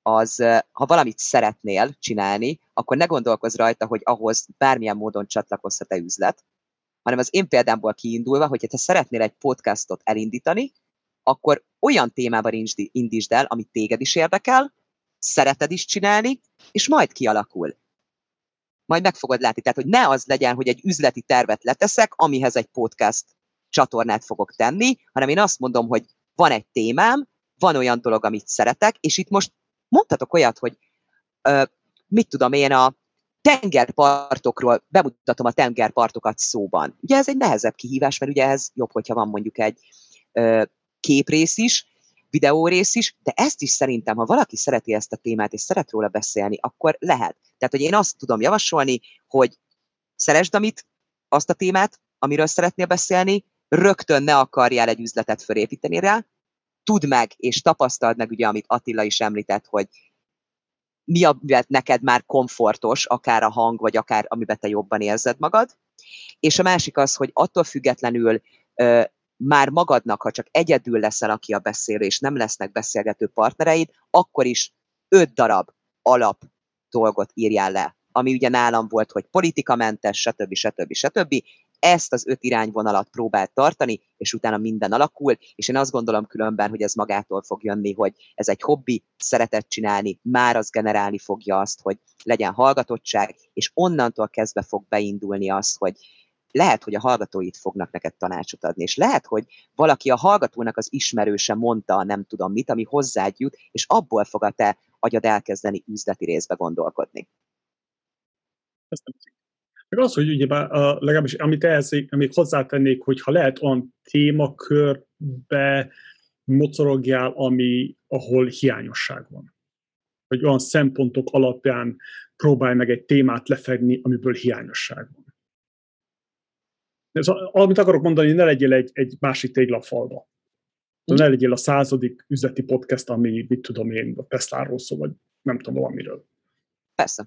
az, ha valamit szeretnél csinálni, akkor ne gondolkozz rajta, hogy ahhoz bármilyen módon csatlakozhat-e üzlet, hanem az én példámból kiindulva, hogy te szeretnél egy podcastot elindítani, akkor olyan témában indítsd el, amit téged is érdekel, szereted is csinálni, és majd kialakul. Majd meg fogod látni. Tehát, hogy ne az legyen, hogy egy üzleti tervet leteszek, amihez egy podcast csatornát fogok tenni, hanem én azt mondom, hogy van egy témám, van olyan dolog, amit szeretek, és itt most mondhatok olyat, hogy ö, mit tudom én, a tengerpartokról bemutatom a tengerpartokat szóban. Ugye ez egy nehezebb kihívás, mert ugye ez jobb, hogyha van mondjuk egy ö, képrész is, videórész is, de ezt is szerintem, ha valaki szereti ezt a témát, és szeret róla beszélni, akkor lehet. Tehát, hogy én azt tudom javasolni, hogy szeresd amit, azt a témát, amiről szeretnél beszélni, rögtön ne akarjál egy üzletet fölépíteni rá, tudd meg, és tapasztald meg, ugye, amit Attila is említett, hogy mi a, neked már komfortos, akár a hang, vagy akár amiben te jobban érzed magad. És a másik az, hogy attól függetlenül ö, már magadnak, ha csak egyedül leszel, aki a beszélő, és nem lesznek beszélgető partnereid, akkor is öt darab alap dolgot írjál le. Ami ugye nálam volt, hogy politikamentes, stb. stb. stb. Ezt az öt irányvonalat próbált tartani, és utána minden alakul, és én azt gondolom különben, hogy ez magától fog jönni, hogy ez egy hobbi, szeretett csinálni, már az generálni fogja azt, hogy legyen hallgatottság, és onnantól kezdve fog beindulni az, hogy lehet, hogy a hallgatóid fognak neked tanácsot adni, és lehet, hogy valaki a hallgatónak az ismerőse mondta nem tudom mit, ami hozzád jut, és abból fog a te agyad elkezdeni üzleti részbe gondolkodni. Meg az, hogy ugye legalábbis amit ehhez még hozzátennék, hogy ha lehet olyan témakörbe mocorogjál, ami, ahol hiányosság van. Vagy olyan szempontok alapján próbálj meg egy témát lefedni, amiből hiányosság van. Ez, amit akarok mondani, ne legyél egy, egy másik téglalfalba. Mm. Ne legyél a századik üzleti podcast, ami, mit tudom én, a Tesláról szól, vagy nem tudom valamiről. Persze.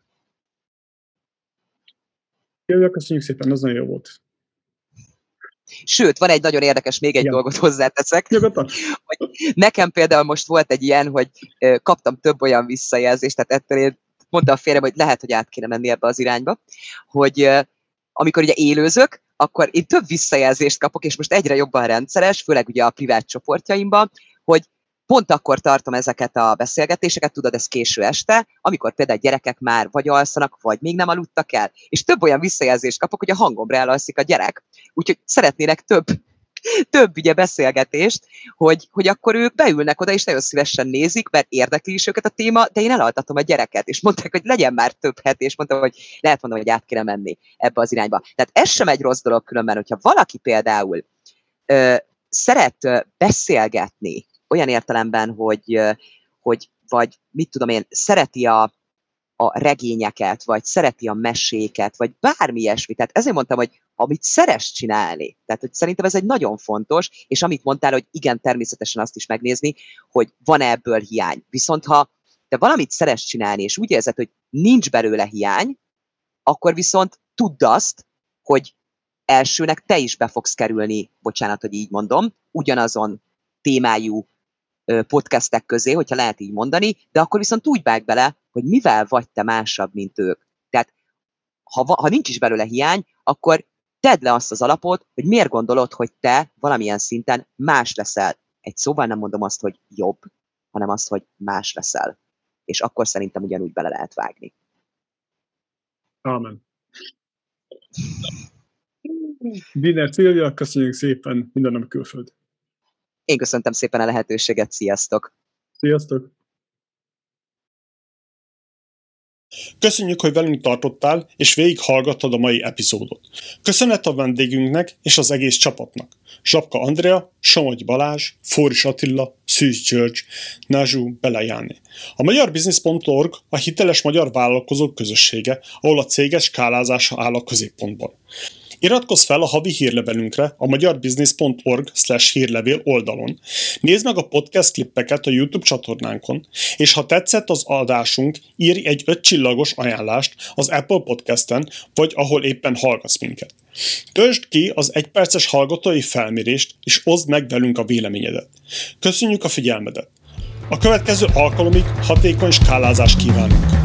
Jövő, köszönjük szépen, az nagyon jó volt. Sőt, van egy nagyon érdekes, még egy Igen. dolgot hozzáteszek. Hogy nekem például most volt egy ilyen, hogy kaptam több olyan visszajelzést, tehát ettől én mondtam a férjem, hogy lehet, hogy át kéne menni ebbe az irányba, hogy amikor ugye élőzök, akkor én több visszajelzést kapok, és most egyre jobban rendszeres, főleg ugye a privát csoportjaimban, hogy pont akkor tartom ezeket a beszélgetéseket, tudod, ez késő este, amikor például gyerekek már vagy alszanak, vagy még nem aludtak el, és több olyan visszajelzést kapok, hogy a hangomra elalszik a gyerek. Úgyhogy szeretnének több, több ugye beszélgetést, hogy, hogy akkor ők beülnek oda, és nagyon szívesen nézik, mert érdekli is őket a téma, de én elaltatom a gyereket, és mondták, hogy legyen már több het, és mondtam, hogy lehet mondom, hogy át kéne menni ebbe az irányba. Tehát ez sem egy rossz dolog különben, hogyha valaki például ö, szeret ö, beszélgetni, olyan értelemben, hogy, hogy vagy mit tudom én, szereti a, a regényeket, vagy szereti a meséket, vagy bármi ilyesmi. Tehát ezért mondtam, hogy amit szeres csinálni, tehát hogy szerintem ez egy nagyon fontos, és amit mondtál, hogy igen, természetesen azt is megnézni, hogy van-e ebből hiány. Viszont ha te valamit szeres csinálni, és úgy érzed, hogy nincs belőle hiány, akkor viszont tudd azt, hogy elsőnek te is be fogsz kerülni, bocsánat, hogy így mondom, ugyanazon témájú podcastek közé, hogyha lehet így mondani, de akkor viszont úgy vág bele, hogy mivel vagy te másabb, mint ők. Tehát ha, ha nincs is belőle hiány, akkor tedd le azt az alapot, hogy miért gondolod, hogy te valamilyen szinten más leszel. Egy szóval nem mondom azt, hogy jobb, hanem azt, hogy más leszel. És akkor szerintem ugyanúgy bele lehet vágni. Ámen. Biner Szilvia, köszönjük szépen, minden a külföld. Én köszöntem szépen a lehetőséget, sziasztok! Sziasztok! Köszönjük, hogy velünk tartottál, és végighallgattad a mai epizódot. Köszönet a vendégünknek és az egész csapatnak. Zsapka Andrea, Somogy Balázs, Fóris Attila, Szűz György, Nazsú Belejáné. A magyar business pont org a hiteles magyar vállalkozók közössége, ahol a céges skálázása áll a középpontban. Iratkozz fel a havi hírlevelünkre a magyarbusiness pont org slash hírlevél oldalon, nézd meg a podcast klippeket a YouTube csatornánkon, és ha tetszett az adásunk, írj egy öt csillagos ajánlást az Apple Podcasten, vagy ahol éppen hallgatsz minket. Töltsd ki az egyperces hallgatói felmérést, és oszd meg velünk a véleményedet. Köszönjük a figyelmedet! A következő alkalomig hatékony skálázást kívánunk!